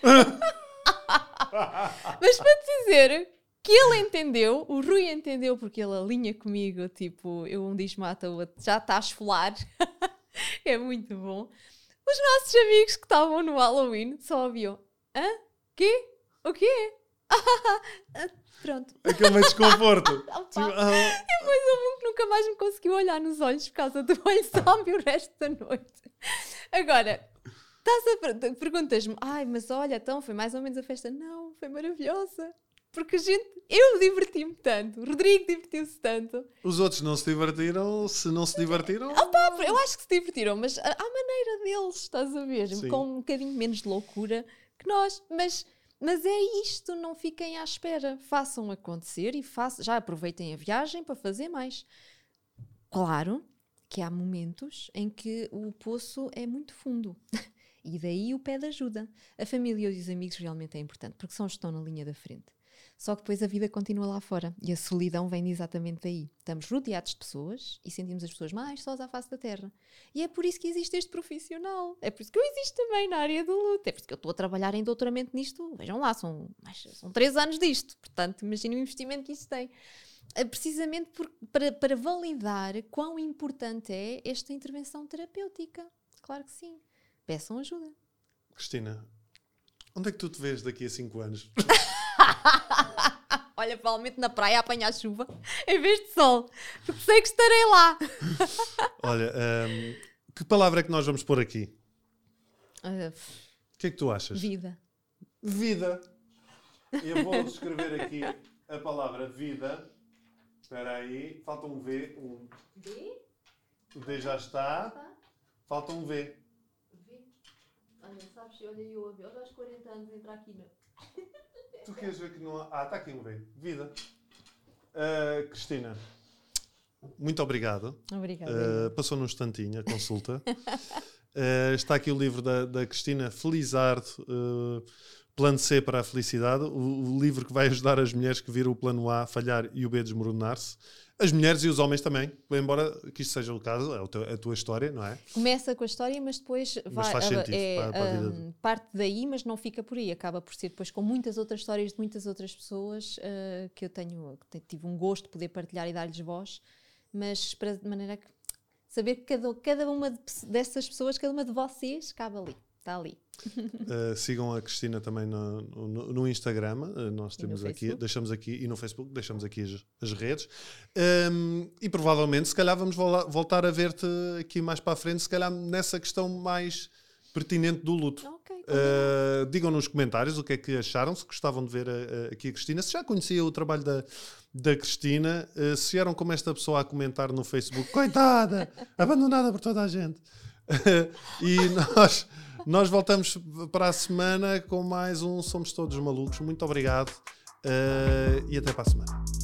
Mas para te dizer que ele entendeu, o Rui entendeu, porque ele alinha comigo, tipo, eu um diz mata o outro, já está a esfolar. É muito bom. Os nossos amigos que estavam no Halloween só ouviam, quê? O quê? Pronto. Aquele meio desconforto. Depois houve um que nunca mais me conseguiu olhar nos olhos por causa do olho zombie o resto da noite. Agora, perguntas-me, mas olha, então foi mais ou menos a festa. Não, foi maravilhosa. Porque eu diverti-me tanto, o Rodrigo divertiu-se tanto. Os outros não se divertiram, se não se divertiram... Eu acho que se divertiram, mas à maneira deles, estás a ver? Sim. Com um bocadinho menos de loucura que nós. Mas é isto, não fiquem à espera. Façam acontecer e já aproveitem a viagem para fazer mais. Claro que há momentos em que o poço é muito fundo. E daí o pé de ajuda. A família e os amigos realmente é importante, porque são os que estão na linha da frente. Só que depois a vida continua lá fora e a solidão vem exatamente daí. Estamos rodeados de pessoas e sentimos as pessoas mais sós à face da terra. E é por isso que existe este profissional. É por isso que eu existo também na área do luto. É por isso que eu estou a trabalhar em doutoramento nisto. Vejam lá, são 3 anos disto. Portanto, imaginem o investimento que isso tem. Precisamente para validar quão importante é esta intervenção terapêutica. Claro que sim. Peçam ajuda. Cristina, onde é que tu te vês daqui a 5 anos? Olha, provavelmente na praia a apanhar chuva em vez de sol, porque sei que estarei lá. Olha, que palavra é que nós vamos pôr aqui? O que é que tu achas? Vida. Vida. Eu vou escrever aqui a palavra vida. Espera aí, falta um V. V? O D já está. Falta um V. Olha, sabes, olha eu aos 40 anos entrar aqui na... Tu queres ver que não há... está aqui um V. Vida. Cristina, muito obrigado. Obrigada. Passou num instantinho a consulta. Está aqui o livro da Cristina Felizardo, Plano C para a Felicidade, o livro que vai ajudar as mulheres que viram o plano A falhar e o B desmoronar-se. As mulheres e os homens também, embora que isto seja o caso, é a tua história, não é? Começa com a história, mas depois faz sentido para a vida. Parte daí, mas não fica por aí. Acaba por ser depois com muitas outras histórias de muitas outras pessoas que eu tive um gosto de poder partilhar e dar-lhes voz, mas de maneira que saber que cada uma dessas pessoas, cada uma de vocês, cabe ali. Está ali. Sigam a Cristina também no Instagram, nós temos aqui, deixamos aqui, e no Facebook, deixamos aqui as redes, e provavelmente se calhar vamos voltar a ver-te aqui mais para a frente, se calhar nessa questão mais pertinente do luto. Okay, digam nos comentários o que é que acharam, se gostavam de ver aqui a Cristina, se já conhecia o trabalho da Cristina, se eram como esta pessoa a comentar no Facebook, coitada, abandonada por toda a gente. E nós voltamos para a semana com mais um Somos Todos Malucos. Muito obrigado e até para a semana.